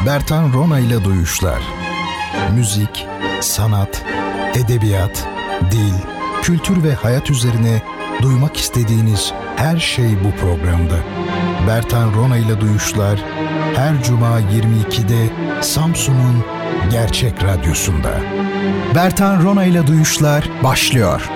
Bertan Rona ile Duyuşlar. Müzik, sanat, edebiyat, dil, kültür ve hayat üzerine duymak istediğiniz her şey bu programda. Bertan Rona ile Duyuşlar her cuma 22'de Samsun'un Gerçek Radyosu'nda. Bertan Rona ile Duyuşlar başlıyor.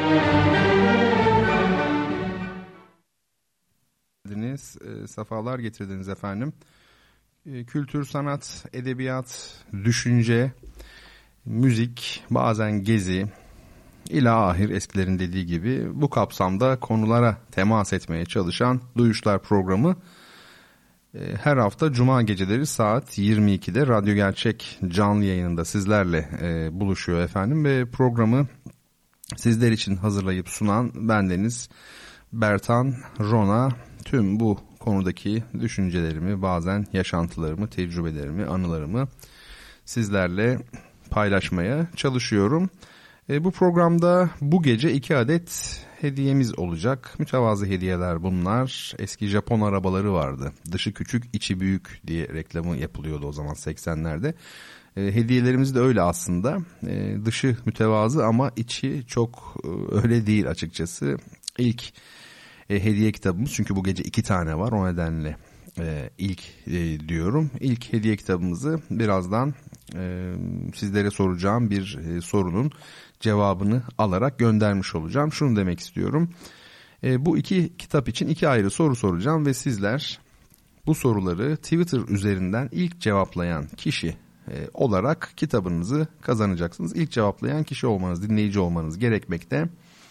Safalar getirdiniz efendim. Kültür, sanat, edebiyat, düşünce, müzik, bazen gezi, ilahir eskilerin dediği gibi bu kapsamda konulara temas etmeye çalışan Duyuşlar programı her hafta Cuma geceleri saat 22'de Radyo Gerçek canlı yayınında sizlerle buluşuyor efendim ve programı sizler için hazırlayıp sunan bendeniz Bertan Rona. Tüm bu konudaki düşüncelerimi, bazen yaşantılarımı, tecrübelerimi, anılarımı sizlerle paylaşmaya çalışıyorum. Bu programda bu gece 2 adet hediyemiz olacak. Mütevazı hediyeler bunlar. Eski Japon arabaları vardı. Dışı küçük, içi büyük diye reklamı yapılıyordu o zaman 80'lerde. Hediyelerimiz de öyle aslında. Dışı mütevazı ama içi çok öyle değil açıkçası. İlk hediye kitabımız, çünkü bu gece 2 tane var, o nedenle ilk diyorum. İlk hediye kitabımızı birazdan sizlere soracağım bir sorunun cevabını alarak göndermiş olacağım. Şunu demek istiyorum. Bu 2 kitap için 2 ayrı soru soracağım ve sizler bu soruları Twitter üzerinden ilk cevaplayan kişi olarak kitabınızı kazanacaksınız. İlk cevaplayan kişi olmanız, dinleyici olmanız gerekmekte.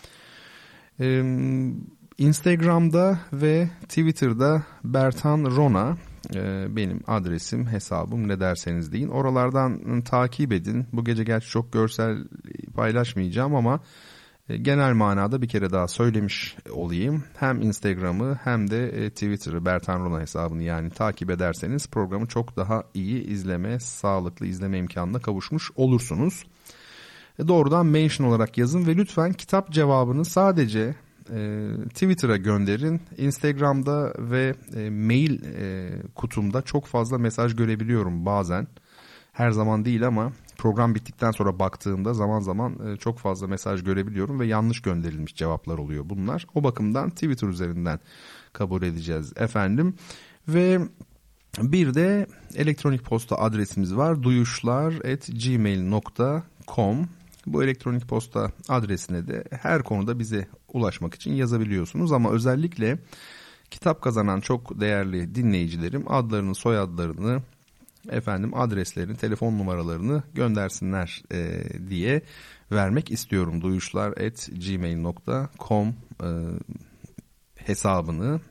Instagram'da ve Twitter'da Bertan Rona benim adresim, hesabım, ne derseniz deyin. Oralardan takip edin. Bu gece gerçi çok görsel paylaşmayacağım ama genel manada bir kere daha söylemiş olayım. Hem Instagram'ı hem de Twitter'ı, Bertan Rona hesabını yani takip ederseniz programı çok daha iyi izleme, sağlıklı izleme imkanına kavuşmuş olursunuz. Doğrudan mention olarak yazın ve lütfen kitap cevabını sadece Twitter'a gönderin. Instagram'da ve mail kutumda çok fazla mesaj görebiliyorum bazen. Her zaman değil ama program bittikten sonra baktığımda zaman zaman çok fazla mesaj görebiliyorum ve yanlış gönderilmiş cevaplar oluyor bunlar. O bakımdan Twitter üzerinden kabul edeceğiz efendim. Ve bir de elektronik posta adresimiz var. duyuşlar@gmail.com. Bu elektronik posta adresine de her konuda bize ulaşmak için yazabiliyorsunuz ama özellikle kitap kazanan çok değerli dinleyicilerim adlarını, soyadlarını, adreslerini, telefon numaralarını göndersinler diye vermek istiyorum. duyuşlar@gmail.com hesabını.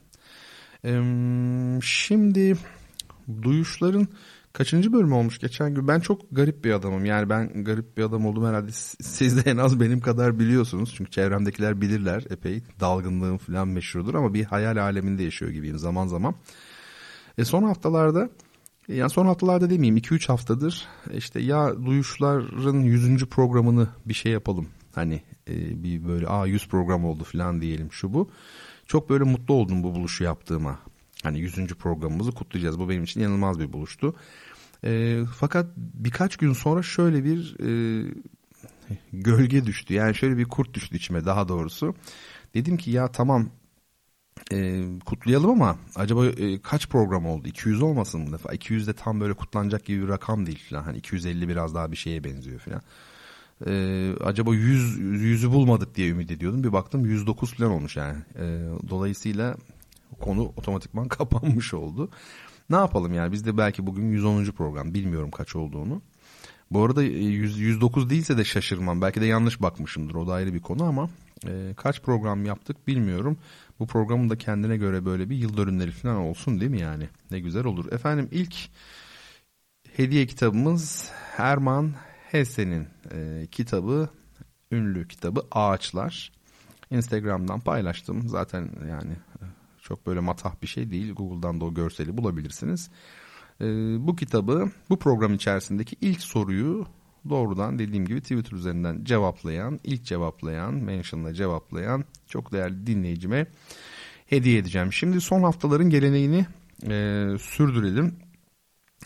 Şimdi Duyuşların kaçıncı bölümü olmuş geçen gün? Ben çok garip bir adamım. Yani ben garip bir adam oldum herhalde. Siz de en az benim kadar biliyorsunuz. Çünkü çevremdekiler bilirler. Epey dalgınlığım falan meşhurdur ama bir hayal aleminde yaşıyor gibiyim zaman zaman. Son haftalarda demeyeyim 2-3 haftadır işte ya Duyuşların 100. programını bir şey yapalım. Hani bir böyle 100 program oldu falan diyelim şu bu. Çok böyle mutlu oldum bu buluşu yaptığıma. Hani 100. programımızı kutlayacağız. Bu benim için inanılmaz bir buluştu. Fakat birkaç gün sonra şöyle bir gölge düştü. Yani şöyle bir kurt düştü içime daha doğrusu. Dedim ki ya tamam kutlayalım ama acaba kaç program oldu? 200 olmasın bu defa? 200 de tam böyle kutlanacak gibi bir rakam değil falan. Hani 250 biraz daha bir şeye benziyor falan. Acaba 100'ü bulmadık diye ümit ediyordum. Bir baktım 109 falan olmuş yani. Dolayısıyla konu otomatikman kapanmış oldu. Ne yapalım yani, biz de belki bugün 110. program, bilmiyorum kaç olduğunu. Bu arada 109 değilse de şaşırmam. Belki de yanlış bakmışımdır, o da ayrı bir konu ama kaç program yaptık bilmiyorum. Bu programın da kendine göre böyle bir yıl dönümleri falan olsun değil mi yani? Ne güzel olur. Efendim ilk hediye kitabımız Hermann Hesse'nin kitabı, ünlü kitabı Ağaçlar. Instagram'dan paylaştım zaten yani. Çok böyle matah bir şey değil. Google'dan da o görseli bulabilirsiniz. Bu kitabı, bu program içerisindeki ilk soruyu doğrudan dediğim gibi Twitter üzerinden ilk cevaplayan, mention'la cevaplayan çok değerli dinleyicime hediye edeceğim. Şimdi son haftaların geleneğini sürdürelim.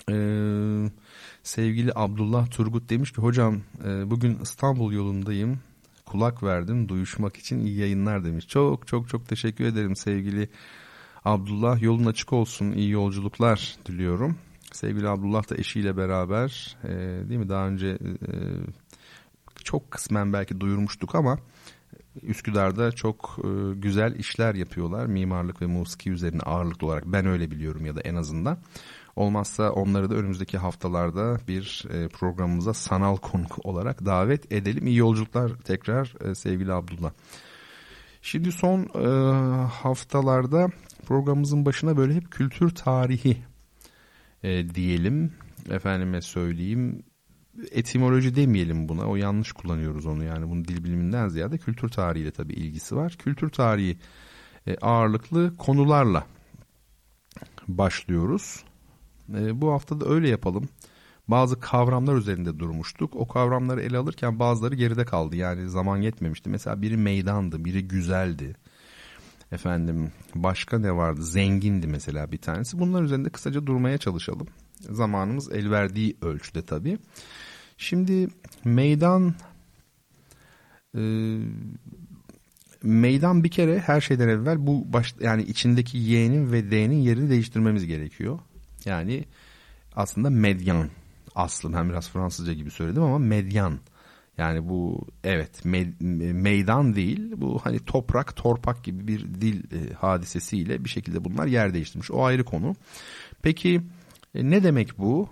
Sevgili Abdullah Turgut demiş ki hocam bugün İstanbul yolundayım. Kulak verdim duyuşmak için, iyi yayınlar demiş. Çok çok çok teşekkür ederim sevgili Abdullah. Yolun açık olsun, iyi yolculuklar diliyorum. Sevgili Abdullah da eşiyle beraber değil mi, daha önce çok kısmen belki duyurmuştuk ama Üsküdar'da çok güzel işler yapıyorlar. Mimarlık ve musiki üzerine ağırlıklı olarak, ben öyle biliyorum ya da en azından. Olmazsa onları da önümüzdeki haftalarda bir programımıza sanal konuk olarak davet edelim. İyi yolculuklar tekrar sevgili Abdullah. Şimdi son haftalarda programımızın başına böyle hep kültür tarihi diyelim. Efendime söyleyeyim, etimoloji demeyelim buna, o yanlış kullanıyoruz onu, yani bunun dil biliminden ziyade kültür tarihiyle tabii ilgisi var. Kültür tarihi ağırlıklı konularla başlıyoruz. Bu hafta da öyle yapalım. Bazı kavramlar üzerinde durmuştuk. O kavramları ele alırken bazıları geride kaldı. Yani zaman yetmemişti. Mesela biri meydandı, biri güzeldi. Efendim başka ne vardı? Zengindi mesela bir tanesi. Bunlar üzerinde kısaca durmaya çalışalım. Zamanımız el verdiği ölçüde tabii. Şimdi meydan bir kere her şeyden evvel bu yani içindeki y'nin ve d'nin yerini değiştirmemiz gerekiyor. Yani aslında medyan aslı, ben biraz Fransızca gibi söyledim ama medyan. Yani bu evet meydan değil, bu hani toprak torpak gibi bir dil hadisesiyle bir şekilde bunlar yer değiştirmiş. O ayrı konu. Peki ne demek bu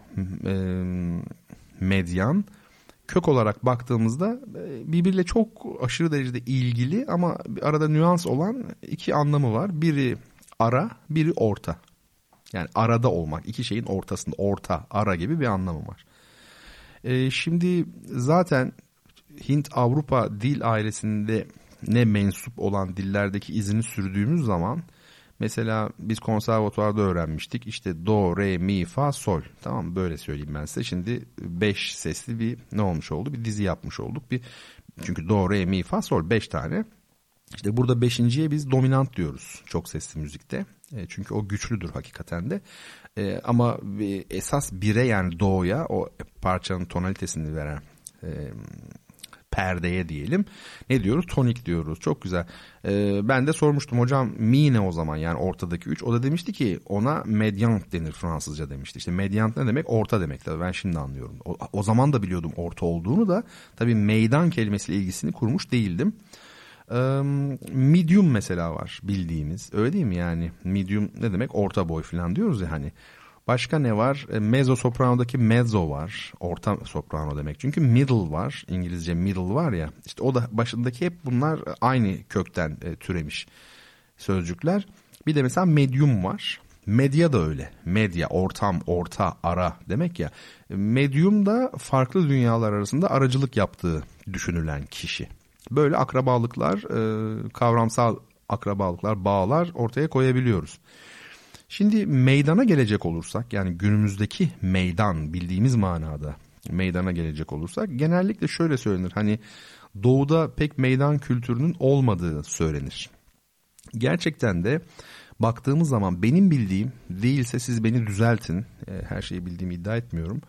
medyan? Kök olarak baktığımızda birbiriyle çok aşırı derecede ilgili ama arada nüans olan iki anlamı var. Biri ara, biri orta. Yani arada olmak, iki şeyin ortasında, orta, ara gibi bir anlamı var. Şimdi zaten Hint-Avrupa dil ailesinde ne mensup olan dillerdeki izini sürdüğümüz zaman, mesela biz konservatuvarda öğrenmiştik. İşte do, re, mi, fa, sol. Tamam, böyle söyleyeyim ben size. Şimdi 5 sesli bir ne olmuş oldu? Bir dizi yapmış olduk. Çünkü do, re, mi, fa, sol 5 tane. İşte burada 5.'ye biz dominant diyoruz çok sesli müzikte. Çünkü o güçlüdür hakikaten de. Ama esas 1'e, yani do'ya, o parçanın tonalitesini veren perdeye diyelim, ne diyoruz? Tonik diyoruz. Çok güzel. Ben de sormuştum hocam mi ne o zaman, yani ortadaki 3. O da demişti ki ona medyant denir Fransızca demişti. İşte medyant ne demek? Orta demek. Tabii ben şimdi anlıyorum. O zaman da biliyordum orta olduğunu da, tabii meydan kelimesiyle ilgisini kurmuş değildim. Medium mesela var bildiğimiz, öyle değil mi? Yani medium ne demek? Orta boy falan diyoruz ya hani. Başka ne var? Mezzo soprano'daki mezzo var. Orta soprano demek. Çünkü middle var. İngilizce middle var ya. İşte o da başındaki, hep bunlar aynı kökten türemiş sözcükler. Bir de mesela medium var. Medya da öyle. Medya, ortam, orta, ara demek ya. Medium da farklı dünyalar arasında aracılık yaptığı düşünülen kişi. Böyle akrabalıklar, kavramsal akrabalıklar, bağlar ortaya koyabiliyoruz. Şimdi meydana gelecek olursak, yani günümüzdeki meydan bildiğimiz manada meydana gelecek olursak, genellikle şöyle söylenir. Hani doğuda pek meydan kültürünün olmadığı söylenir. Gerçekten de baktığımız zaman benim bildiğim, değilse siz beni düzeltin, her şeyi bildiğimi iddia etmiyorum,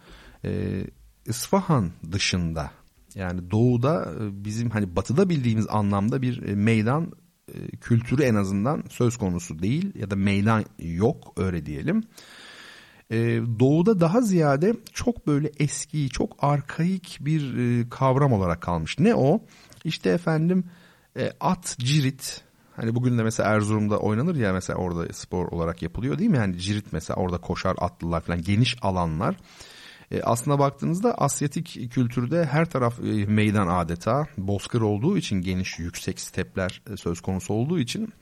İsfahan dışında, yani doğuda bizim hani batıda bildiğimiz anlamda bir meydan kültürü en azından söz konusu değil, ya da meydan yok, öyle diyelim. Doğuda daha ziyade çok böyle eski, çok arkaik bir kavram olarak kalmış. Ne o? İşte efendim at, cirit. Hani bugün de mesela Erzurum'da oynanır ya, mesela orada spor olarak yapılıyor değil mi? Yani cirit mesela, orada koşar atlılar falan, geniş alanlar. Aslına baktığınızda Asyatik kültürde her taraf meydan adeta. Bozkır olduğu için, geniş yüksek stepler söz konusu olduğu için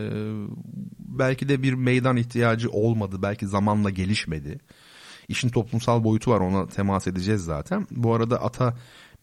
belki de bir meydan ihtiyacı olmadı. Belki zamanla gelişmedi. İşin toplumsal boyutu var, ona temas edeceğiz zaten. Bu arada ata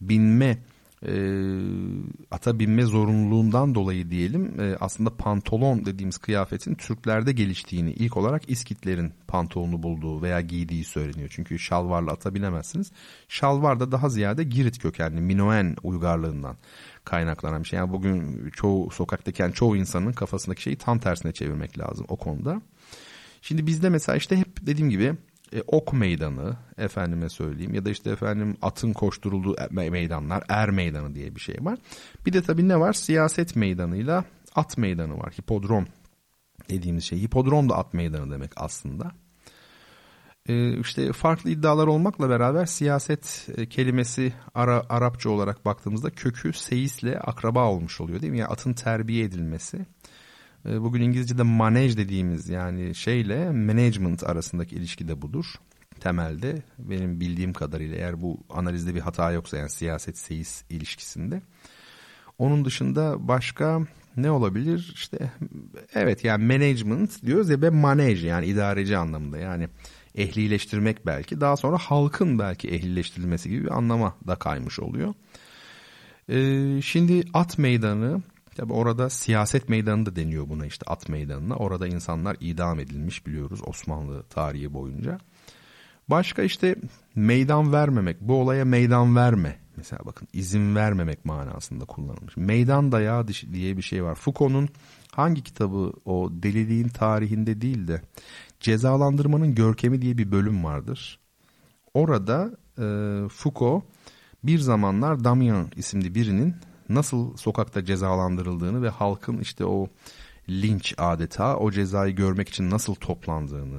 binme zorunluluğundan dolayı diyelim, aslında pantolon dediğimiz kıyafetin Türklerde geliştiğini, ilk olarak İskitlerin pantolonu bulduğu veya giydiği söyleniyor. Çünkü şalvarla ata binemezsiniz. Şalvar da daha ziyade Girit kökenli, Minoen uygarlığından kaynaklanan bir şey. Yani bugün sokaktaki çoğu insanın kafasındaki şeyi tam tersine çevirmek lazım o konuda. Şimdi bizde mesela işte hep dediğim gibi ok meydanı efendime söyleyeyim ya da işte efendim atın koşturulduğu meydanlar, er meydanı diye bir şey var. Bir de tabii ne var? Siyaset meydanıyla at meydanı var. Hipodrom dediğimiz şey. Hipodrom da at meydanı demek aslında. İşte farklı iddialar olmakla beraber siyaset kelimesi Arapça olarak baktığımızda kökü seyisle akraba olmuş oluyor değil mi? Yani atın terbiye edilmesi. Bugün İngilizce'de manage dediğimiz yani şeyle management arasındaki ilişki de budur. Temelde benim bildiğim kadarıyla eğer bu analizde bir hata yoksa yani siyaset seyis ilişkisinde. Onun dışında başka ne olabilir? İşte evet yani management diyoruz ya ve manage yani idareci anlamında yani ehlileştirmek belki daha sonra halkın belki ehlileştirilmesi gibi bir anlama da kaymış oluyor. Şimdi at meydanı tabi orada siyaset meydanı da deniyor buna işte at meydanına. Orada insanlar idam edilmiş biliyoruz Osmanlı tarihi boyunca. Başka işte meydan vermemek bu olaya meydan verme. Mesela bakın izin vermemek manasında kullanılmış. Meydan dayağı diye bir şey var. Foucault'un hangi kitabı o deliliğin tarihinde değil de cezalandırmanın görkemi diye bir bölüm vardır. Orada Foucault bir zamanlar Damien isimli birinin nasıl sokakta cezalandırıldığını ve halkın işte o linç adeta o cezayı görmek için nasıl toplandığını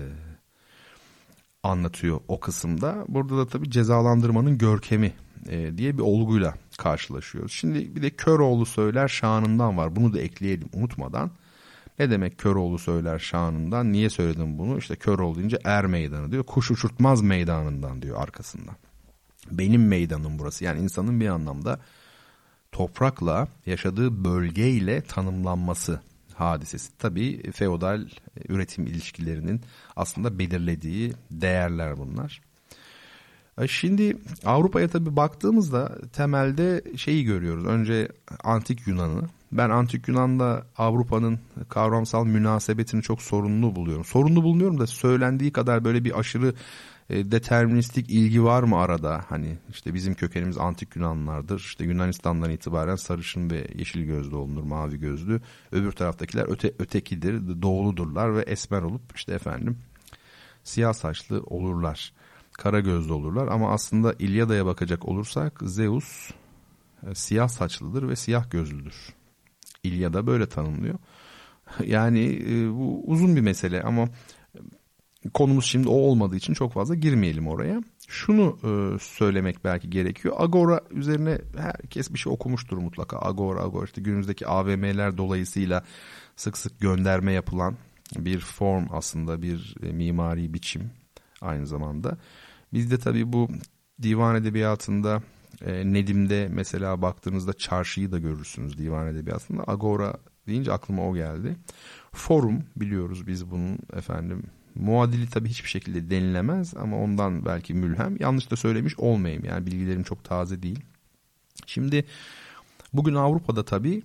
anlatıyor o kısımda. Burada da tabii cezalandırmanın görkemi diye bir olguyla karşılaşıyoruz. Şimdi bir de Köroğlu söyler şanından var. Bunu da ekleyelim unutmadan. Ne demek Köroğlu söyler şanından? Niye söyledim bunu? İşte Köroğlu deyince er meydanı diyor. Kuş uçurtmaz meydanından diyor arkasından. Benim meydanım burası. Yani insanın bir anlamda toprakla yaşadığı bölgeyle tanımlanması hadisesi. Tabii feodal üretim ilişkilerinin aslında belirlediği değerler bunlar. Şimdi Avrupa'ya tabii baktığımızda temelde şeyi görüyoruz. Önce Antik Yunan'ı. Ben Antik Yunan'da Avrupa'nın kavramsal münasebetini çok sorunlu buluyorum. Sorunlu bulmuyorum da söylendiği kadar böyle bir aşırı deterministik ilgi var mı arada? Hani işte bizim kökenimiz Antik Yunanlardır. İşte Yunanistan'dan itibaren sarışın ve yeşil gözlü olunur, mavi gözlü. Öbür taraftakiler ötekidir, doğuludurlar ve esmer olup işte efendim siyah saçlı olurlar. Kara gözlü olurlar ama aslında İlyada'ya bakacak olursak Zeus siyah saçlıdır ve siyah gözlüdür. İlyada böyle tanımlıyor. Yani bu uzun bir mesele ama konumuz şimdi o olmadığı için çok fazla girmeyelim oraya. Şunu söylemek belki gerekiyor. Agora üzerine herkes bir şey okumuştur mutlaka. Agora işte günümüzdeki AVM'ler dolayısıyla sık sık gönderme yapılan bir form aslında bir mimari biçim aynı zamanda. Bizde tabii bu divan edebiyatında Nedim'de mesela baktığınızda çarşıyı da görürsünüz divan edebiyatında. Agora deyince aklıma o geldi. Forum biliyoruz biz bunun efendim muadili tabii hiçbir şekilde denilemez ama ondan belki mülhem. Yanlış da söylemiş olmayayım yani bilgilerim çok taze değil. Şimdi bugün Avrupa'da tabii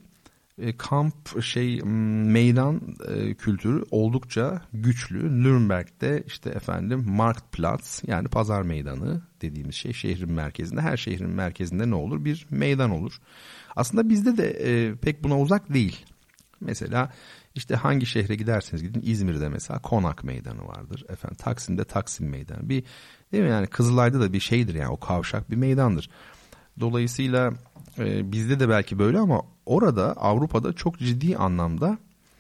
meydan kültürü oldukça güçlü. Nürnberg'de işte efendim Marktplatz yani pazar meydanı dediğimiz şey şehrin merkezinde. Her şehrin merkezinde ne olur? Bir meydan olur. Aslında bizde de pek buna uzak değil. Mesela işte hangi şehre giderseniz gidin İzmir'de mesela Konak Meydanı vardır. Efendim Taksim'de Taksim Meydanı. Bir değil mi yani Kızılay'da da bir şeydir yani o kavşak bir meydandır. Dolayısıyla bizde de belki böyle ama orada Avrupa'da çok ciddi anlamda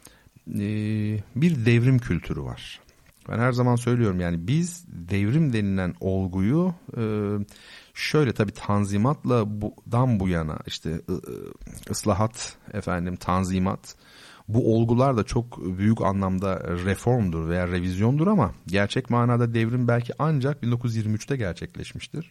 bir devrim kültürü var. Ben her zaman söylüyorum yani biz devrim denilen olguyu şöyle tabii tanzimatla bu yana işte ıslahat efendim tanzimat bu olgular da çok büyük anlamda reformdur veya revizyondur ama gerçek manada devrim belki ancak 1923'te gerçekleşmiştir.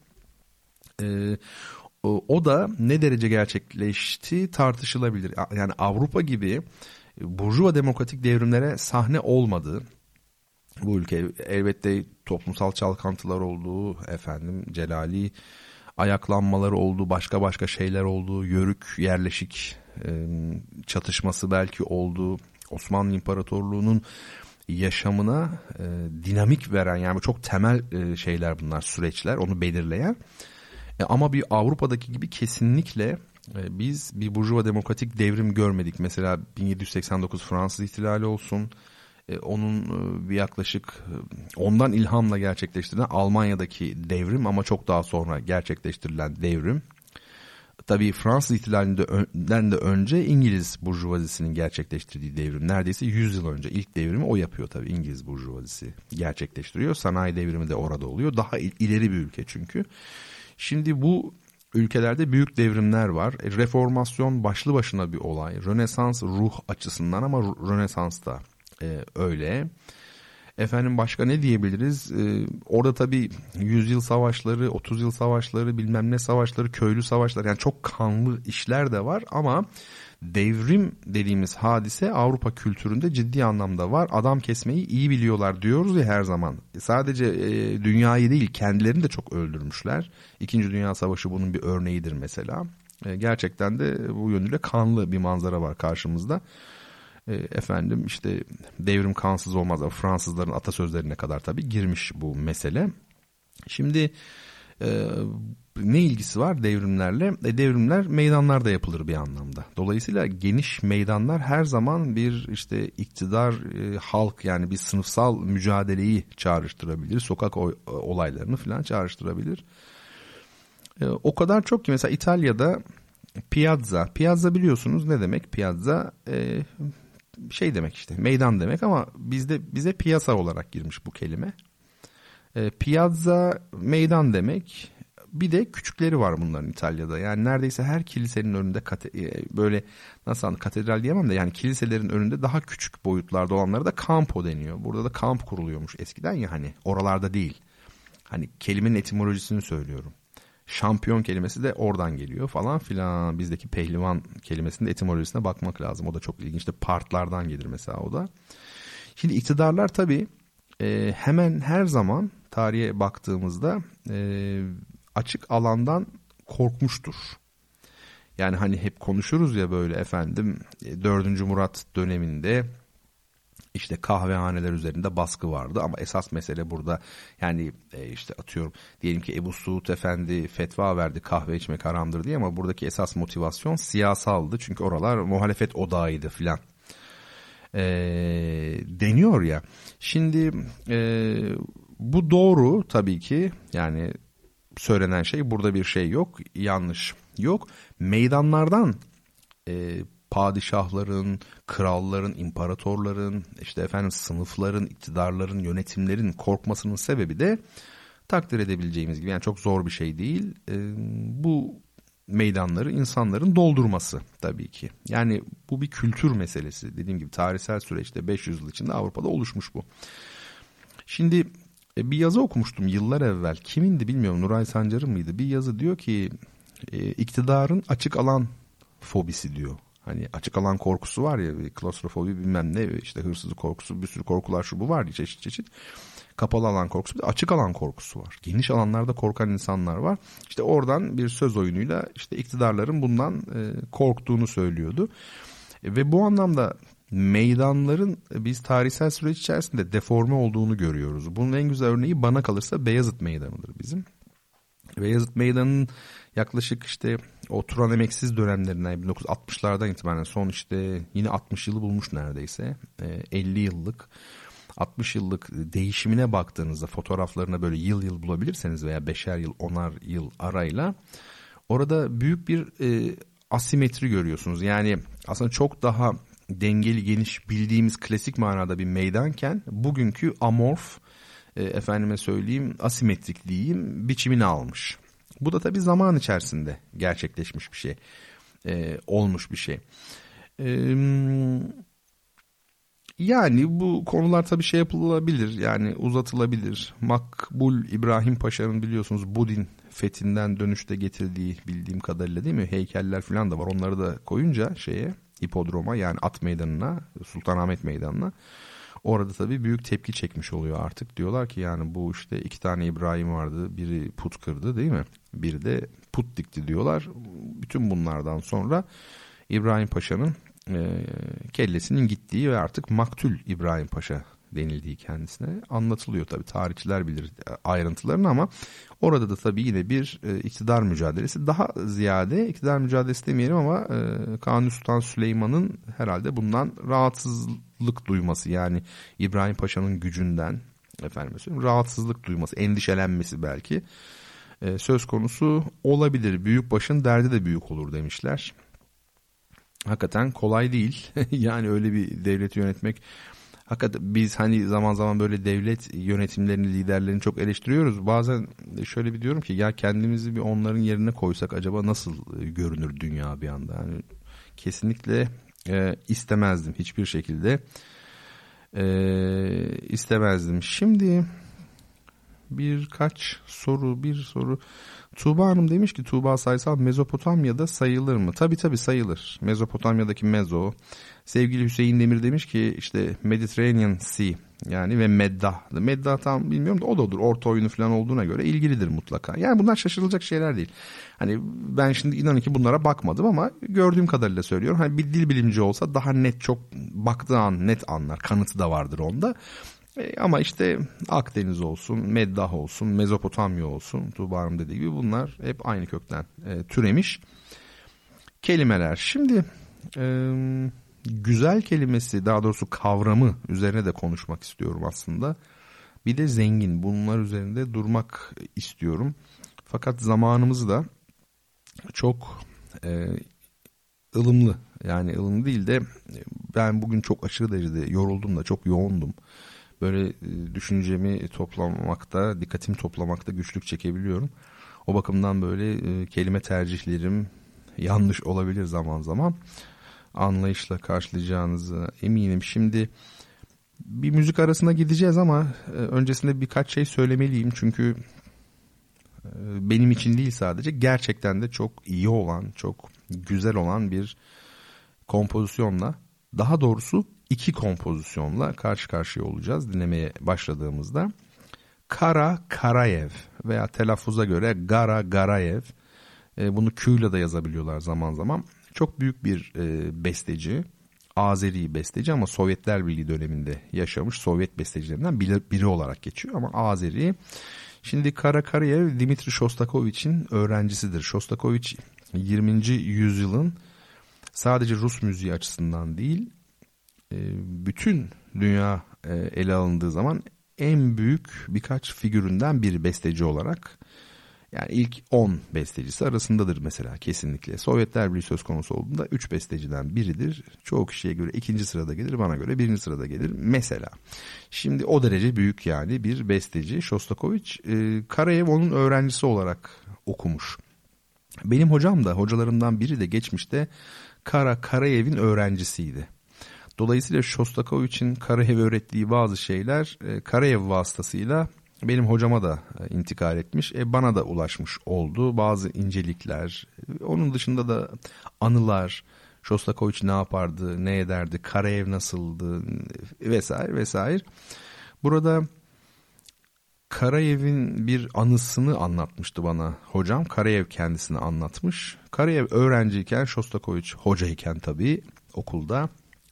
O da ne derece gerçekleşti tartışılabilir. Yani Avrupa gibi burjuva demokratik devrimlere sahne olmadığı bu ülke elbette toplumsal çalkantılar olduğu, efendim Celali ayaklanmaları olduğu, başka şeyler olduğu, yörük yerleşik çatışması belki olduğu, Osmanlı İmparatorluğu'nun yaşamına dinamik veren yani çok temel şeyler bunlar, süreçler onu belirleyen. Ama bir Avrupa'daki gibi kesinlikle biz bir burjuva demokratik devrim görmedik. Mesela 1789 Fransız ihtilali olsun, Onun bir yaklaşık ondan ilhamla gerçekleştirilen Almanya'daki devrim ama çok daha sonra gerçekleştirilen devrim. Tabii Fransız ihtilalinden de önce İngiliz burjuvazisinin gerçekleştirdiği devrim. Neredeyse 100 yıl önce ilk devrimi o yapıyor tabii, İngiliz burjuvazisi gerçekleştiriyor. Sanayi devrimi de orada oluyor. Daha ileri bir ülke çünkü. Şimdi bu ülkelerde büyük devrimler var. Reformasyon başlı başına bir olay. Rönesans ruh açısından ama Rönesans da öyle. Efendim başka ne diyebiliriz? Orada tabii 100 yıl savaşları, 30 yıl savaşları, bilmem ne savaşları, köylü savaşları, yani çok kanlı işler de var ama devrim dediğimiz hadise Avrupa kültüründe ciddi anlamda var. Adam kesmeyi iyi biliyorlar diyoruz ya her zaman. Sadece dünyayı değil, kendilerini de çok öldürmüşler. İkinci Dünya Savaşı bunun bir örneğidir mesela. Gerçekten de bu yönüyle kanlı bir manzara var karşımızda. Efendim işte devrim kansız olmaz. Fransızların atasözlerine kadar tabii girmiş bu mesele. Şimdi ne ilgisi var devrimlerle? Devrimler meydanlarda yapılır bir anlamda. Dolayısıyla geniş meydanlar her zaman bir işte iktidar, halk, yani bir sınıfsal mücadeleyi çağrıştırabilir. Sokak olaylarını falan çağrıştırabilir. O kadar çok ki mesela İtalya'da Piazza biliyorsunuz ne demek? Piazza şey demek işte, meydan demek ama bize piyasa olarak girmiş bu kelime. Piazza meydan demek. Bir de küçükleri var bunların İtalya'da. Yani neredeyse her kilisenin önünde böyle nasıl katedral diyemem de yani kiliselerin önünde daha küçük boyutlarda olanlara da campo deniyor. Burada da kamp kuruluyormuş eskiden ya, hani oralarda değil. Hani kelimenin etimolojisini söylüyorum. Şampiyon kelimesi de oradan geliyor falan filan. Bizdeki pehlivan kelimesinin etimolojisine bakmak lazım. O da çok ilginç. İşte partlardan gelir mesela o da. Şimdi iktidarlar tabii hemen her zaman tarihe baktığımızda açık alandan korkmuştur. Yani hani hep konuşuruz ya böyle efendim 4. Murat döneminde işte kahvehaneler üzerinde baskı vardı ama esas mesele burada yani işte atıyorum diyelim ki Ebu Suud Efendi fetva verdi kahve içmek haramdır diye ama buradaki esas motivasyon siyasaldı çünkü oralar muhalefet odağıydı filan deniyor ya. Şimdi bu doğru tabii ki, yani söylenen şey, burada bir şey yok, yanlış yok. Meydanlardan padişahların, kralların, imparatorların, işte efendim sınıfların, iktidarların, yönetimlerin korkmasının sebebi de takdir edebileceğimiz gibi, yani çok zor bir şey değil. Bu meydanları insanların doldurması tabii ki. Yani bu bir kültür meselesi. Dediğim gibi tarihsel süreçte 500 yıl içinde Avrupa'da oluşmuş bu. Şimdi bir yazı okumuştum yıllar evvel. Kimindi bilmiyorum, Nuray Sancar'ın mıydı? Bir yazı diyor ki iktidarın açık alan fobisi diyor. Hani açık alan korkusu var ya, klostrofobi bilmem ne, işte hırsızlık korkusu, bir sürü korkular şu bu var ya, çeşit çeşit. Kapalı alan korkusu, bir de açık alan korkusu var. Geniş alanlarda korkan insanlar var. İşte oradan bir söz oyunuyla işte iktidarların bundan korktuğunu söylüyordu. Ve bu anlamda meydanların biz tarihsel süreç içerisinde deforme olduğunu görüyoruz. Bunun en güzel örneği bana kalırsa Beyazıt Meydanı'dır bizim. Beyazıt Meydanı'nın yaklaşık işte o Turan Emeksiz dönemlerinden 1960'lardan itibaren son işte yine 60 yılı bulmuş neredeyse 50 yıllık 60 yıllık değişimine baktığınızda fotoğraflarına böyle yıl yıl bulabilirseniz veya 5'er yıl 10'ar yıl arayla orada büyük bir asimetri görüyorsunuz. Yani aslında çok daha dengeli, geniş, bildiğimiz klasik manada bir meydanken bugünkü amorf, efendime söyleyeyim asimetrik diyeyim, biçimini almış. Bu da tabii zaman içerisinde gerçekleşmiş bir şey, olmuş bir şey. Yani bu konular tabii şey yapılabilir, yani uzatılabilir. Makbul İbrahim Paşa'nın biliyorsunuz Budin fethinden dönüşte getirdiği, bildiğim kadarıyla değil mi, heykeller falan da var. Onları da koyunca şeye, hipodroma, yani at meydanına, Sultanahmet Meydanı'na, orada tabii büyük tepki çekmiş oluyor artık. Diyorlar ki yani bu işte 2 tane İbrahim vardı, biri put kırdı değil mi, biri de put dikti diyorlar. Bütün bunlardan sonra İbrahim Paşa'nın kellesinin gittiği ve artık Maktül İbrahim Paşa denildiği kendisine anlatılıyor. Tabii tarihçiler bilir ayrıntılarını ama orada da tabii yine bir iktidar mücadelesi, daha ziyade iktidar mücadelesi demeyelim ama Kanuni Sultan Süleyman'ın herhalde bundan rahatsızlık duyması, yani İbrahim Paşa'nın gücünden rahatsızlık duyması, endişelenmesi belki söz konusu olabilir. Büyük başın derdi de büyük olur demişler. Hakikaten kolay değil. Yani öyle bir devleti yönetmek, hakikaten biz hani zaman zaman böyle devlet yönetimlerini, liderlerini çok eleştiriyoruz. Bazen şöyle bir diyorum ki ya kendimizi bir onların yerine koysak acaba nasıl görünür dünya bir anda? Yani kesinlikle istemezdim hiçbir şekilde. İstemezdim. Şimdi bir soru. Tuğba Hanım demiş ki, Tuğba Saysal, Mezopotamya'da sayılır mı? Tabii sayılır. Mezopotamya'daki Mezo. Sevgili Hüseyin Demir demiş ki işte Mediterranean Sea yani ve Meddah. Meddah tam bilmiyorum da o da olur. Orta oyunu falan olduğuna göre ilgilidir mutlaka. Yani bunlar şaşırılacak şeyler değil. Hani ben şimdi inanın ki bunlara bakmadım ama gördüğüm kadarıyla söylüyorum. Hani bir dil bilimci olsa daha net, çok baktığı an net anlar. Kanıtı da vardır onda. Ama işte Akdeniz olsun, Meddah olsun, Mezopotamya olsun, Tuğba Hanım dediği gibi bunlar hep aynı kökten türemiş kelimeler. Şimdi güzel kelimesi, daha doğrusu kavramı üzerine de konuşmak istiyorum aslında. Bir de zengin, bunlar üzerinde durmak istiyorum. Fakat zamanımız da çok ılımlı, yani ılımlı değil de ben bugün çok aşırı derecede yoruldum da çok yoğundum. Böyle düşüncemi toplamakta, dikkatimi toplamakta güçlük çekebiliyorum. O bakımdan böyle kelime tercihlerim yanlış olabilir zaman zaman. Anlayışla karşılayacağınıza eminim. Şimdi bir müzik arasına gideceğiz ama öncesinde birkaç şey söylemeliyim. Çünkü benim için değil sadece, gerçekten de çok iyi olan, çok güzel olan bir kompozisyonla, daha doğrusu iki kompozisyonla karşı karşıya olacağız dinlemeye başladığımızda. Kara Karayev veya telaffuza göre Gara Garayev, bunu Q'yla da yazabiliyorlar zaman zaman. Çok büyük bir besteci, Azeri besteci ama Sovyetler Birliği döneminde yaşamış, Sovyet bestecilerinden biri olarak geçiyor ama Azeri. Şimdi Kara Karayev Dmitri Shostakovich'in öğrencisidir. Shostakovich 20. yüzyılın sadece Rus müziği açısından değil, bütün dünya ele alındığı zaman en büyük birkaç figüründen bir besteci olarak, yani ilk 10 bestecisi arasındadır mesela kesinlikle. Sovyetler Birliği söz konusu olduğunda 3 besteciden biridir. Çoğu kişiye göre 2. sırada gelir, bana göre 1. sırada gelir mesela. Şimdi o derece büyük yani bir besteci Shostakovich. Karayev onun öğrencisi olarak okumuş. Benim hocam da, hocalarımdan biri de geçmişte Karayev'in öğrencisiydi. Dolayısıyla Shostakovich'in Karayev'e öğrettiği bazı şeyler Karayev vasıtasıyla benim hocama da intikal etmiş. Bana da ulaşmış oldu. Bazı incelikler, onun dışında da anılar, Shostakovich ne yapardı, ne ederdi, Karayev nasıldı vesaire vesaire. Burada Karayev'in bir anısını anlatmıştı bana hocam. Karayev kendisini anlatmış. Karayev öğrenciyken, Shostakovich hocayken tabii okulda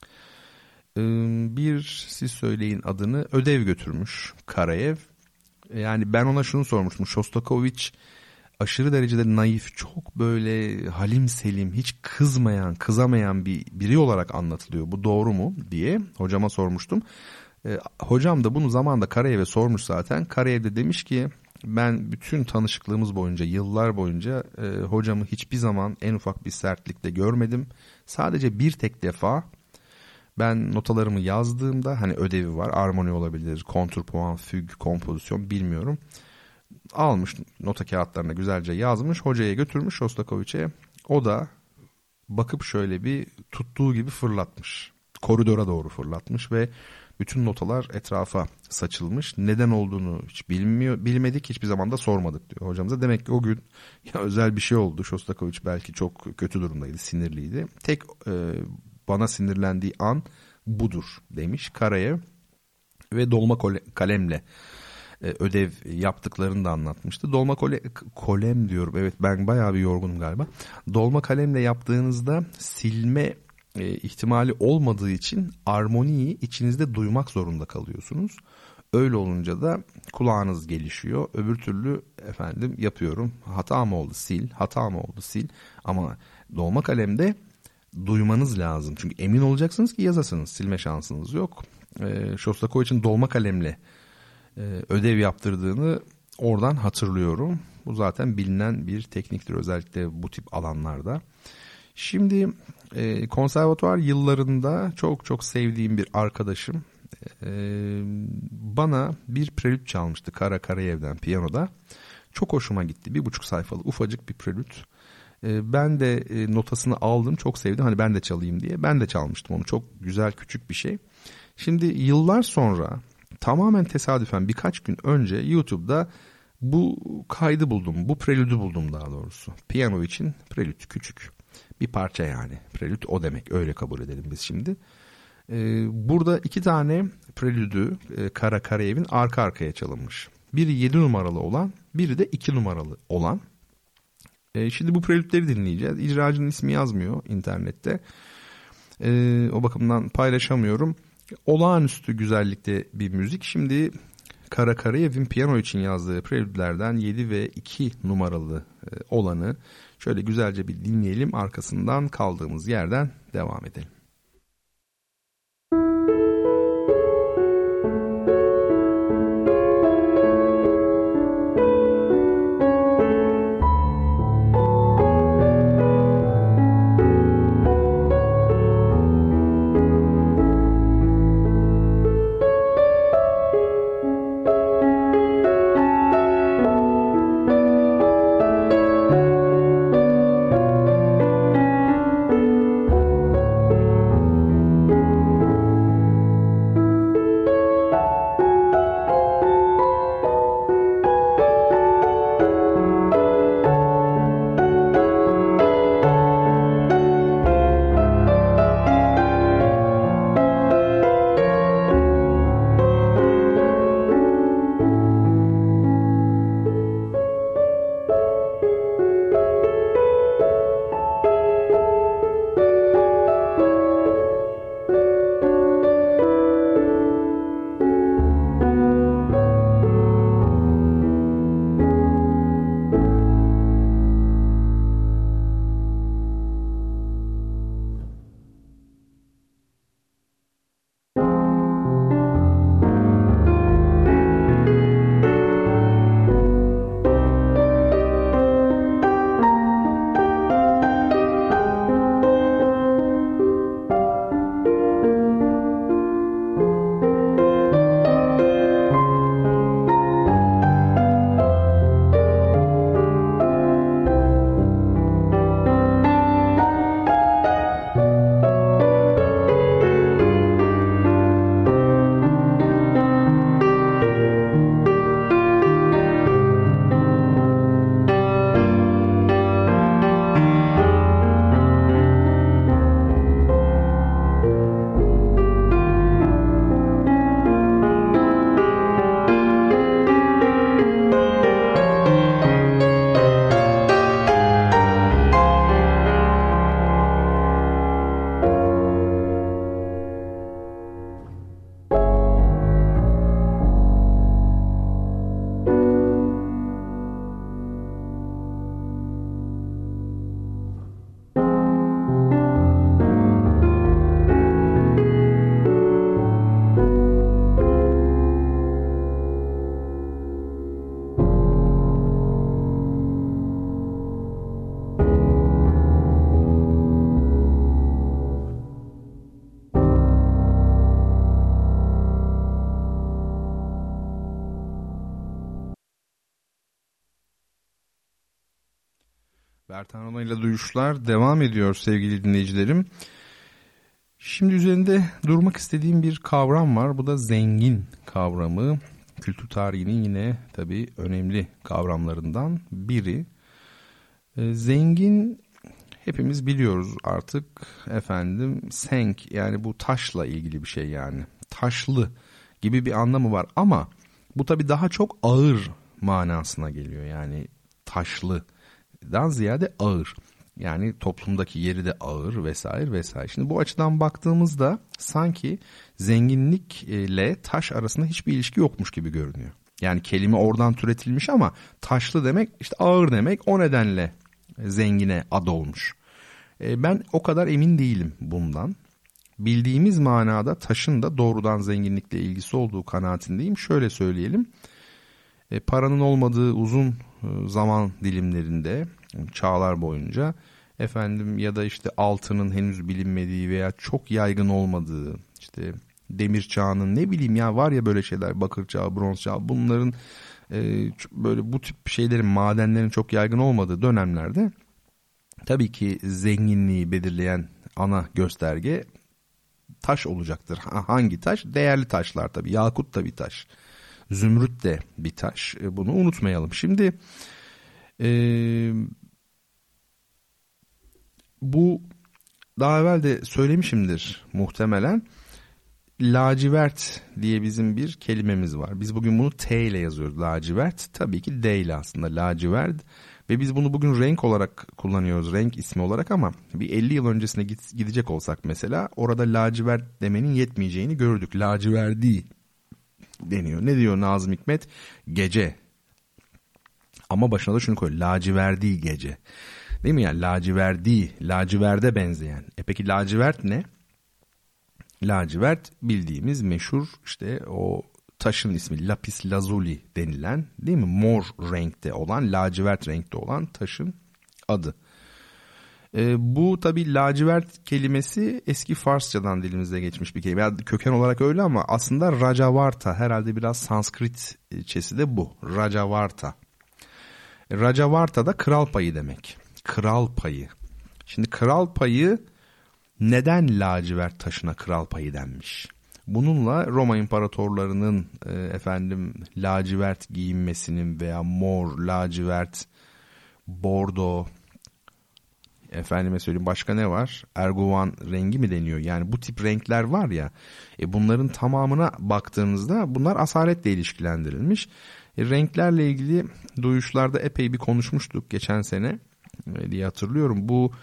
siz söyleyin adını, ödev götürmüş Karayev. Yani ben ona şunu sormuştum. Shostakovich aşırı derecede naif, çok böyle halim selim, hiç kızamayan biri olarak anlatılıyor. Bu doğru mu diye hocama sormuştum. Hocam da bunu zamanında Karayev'e sormuş zaten. Karayev de demiş ki, ben bütün tanışıklığımız boyunca, yıllar boyunca hocamı hiçbir zaman en ufak bir sertlikte görmedim. Sadece bir tek defa ben notalarımı yazdığımda, hani ödevi var, armoni olabilir, kontrpuan, füg, kompozisyon bilmiyorum. Almış nota kağıtlarına güzelce yazmış, hocaya götürmüş Shostakovich'e. O da bakıp şöyle bir tuttuğu gibi fırlatmış. Koridora doğru fırlatmış ve bütün notalar etrafa saçılmış. Neden olduğunu hiç bilmedik, hiçbir zaman da sormadık diyor hocamıza. Demek ki o gün ya özel bir şey oldu. Shostakovich belki çok kötü durumdaydı, sinirliydi. Tek bana sinirlendiği an budur demiş Karayev. Ve dolma kalemle ödev yaptıklarını da anlatmıştı. Dolma kalem diyorum, evet ben bayağı bir yorgunum galiba. Dolma kalemle yaptığınızda silme ihtimali olmadığı için armoniyi içinizde duymak zorunda kalıyorsunuz. Öyle olunca da kulağınız gelişiyor. Öbür türlü efendim yapıyorum. Hata mı oldu sil, hata mı oldu sil. Ama dolma kalemde duymanız lazım. Çünkü emin olacaksınız ki yazasınız. Silme şansınız yok. Shostakovich'in dolma kalemle ödev yaptırdığını oradan hatırlıyorum. Bu zaten bilinen bir tekniktir özellikle bu tip alanlarda. Şimdi konservatuvar yıllarında çok çok sevdiğim bir arkadaşım bana bir prelüt çalmıştı Kara Karayev'den piyanoda. Çok hoşuma gitti. 1,5 sayfalı ufacık bir prelüt. Ben de notasını aldım, çok sevdim. Hani ben de çalayım diye. Ben de çalmıştım onu. Çok güzel küçük bir şey. Şimdi yıllar sonra tamamen tesadüfen birkaç gün önce YouTube'da bu kaydı buldum. Bu prelüdü buldum daha doğrusu. Piyano için prelüt küçük. Bir parça yani. Prelüt o demek. Öyle kabul edelim biz şimdi. Burada 2 tane prelüdü Kara Karayev'in arka arkaya çalınmış. Biri 7 numaralı olan, biri de 2 numaralı olan. Şimdi bu prelütleri dinleyeceğiz. İcracının ismi yazmıyor internette. O bakımdan paylaşamıyorum. Olağanüstü güzellikte bir müzik. Şimdi Kara Karayev'in piyano için yazdığı prelütlerden 7 ve 2 numaralı olanı şöyle güzelce bir dinleyelim. Arkasından kaldığımız yerden devam edelim. Bertan Rona ile Duyuşlar devam ediyor sevgili dinleyicilerim. Şimdi üzerinde durmak istediğim bir kavram var. Bu da zengin kavramı. Kültür tarihinin yine tabii önemli kavramlarından biri. Zengin hepimiz biliyoruz artık efendim, senk yani bu taşla ilgili bir şey yani. Taşlı gibi bir anlamı var ama bu tabii daha çok ağır manasına geliyor. Yani taşlıdan ziyade ağır. Yani toplumdaki yeri de ağır vesaire vesaire. Şimdi bu açıdan baktığımızda sanki zenginlikle taş arasında hiçbir ilişki yokmuş gibi görünüyor. Yani kelime oradan türetilmiş ama taşlı demek işte ağır demek, o nedenle zengine ad olmuş. Ben o kadar emin değilim bundan. Bildiğimiz manada taşın da doğrudan zenginlikle ilgisi olduğu kanaatindeyim. Şöyle söyleyelim. Paranın olmadığı uzun zaman dilimlerinde, çağlar boyunca ya da işte altının henüz bilinmediği veya çok yaygın olmadığı, işte demir çağının var ya böyle şeyler, bakır çağı, bronz çağı, bunların böyle bu tip şeylerin, madenlerin çok yaygın olmadığı dönemlerde tabii ki zenginliği belirleyen ana gösterge taş olacaktır. Hangi taş? Değerli taşlar tabii. Yakut da bir taş. Zümrüt de bir taş. Bunu unutmayalım. Şimdi bu daha evvel de söylemişimdir muhtemelen. Lacivert diye bizim bir kelimemiz var. Biz bugün bunu T ile yazıyoruz. Lacivert tabii ki D ile aslında lacivert. Ve biz bunu bugün renk olarak kullanıyoruz, renk ismi olarak, ama bir 50 yıl öncesine gidecek olsak mesela orada lacivert demenin yetmeyeceğini gördük. Laciverdi deniyor. Ne diyor Nazım Hikmet? Gece. Ama başına da şunu koy. Laciverdi gece. Değil mi yani? Laciverdi, laciverde benzeyen. Peki lacivert ne? Lacivert bildiğimiz meşhur işte o taşın ismi, lapis lazuli denilen, değil mi? Mor renkte olan, lacivert renkte olan taşın adı. Bu tabii lacivert kelimesi eski Farsçadan dilimize geçmiş bir kelime. Yani köken olarak öyle ama aslında Rajavarta, herhalde biraz Sanskritçesi de bu. Rajavarta. Rajavarta da kral payı demek. Kral payı. Şimdi kral payı, neden lacivert taşına kral payı denmiş? Bununla Roma imparatorlarının lacivert giyinmesinin veya mor, lacivert, bordo, efendime söyleyeyim başka ne var? Erguvan rengi mi deniyor? Yani bu tip renkler var ya, bunların tamamına baktığınızda bunlar asaletle ilişkilendirilmiş. Renklerle ilgili duyuşlarda epey bir konuşmuştuk geçen sene diye hatırlıyorum. Bu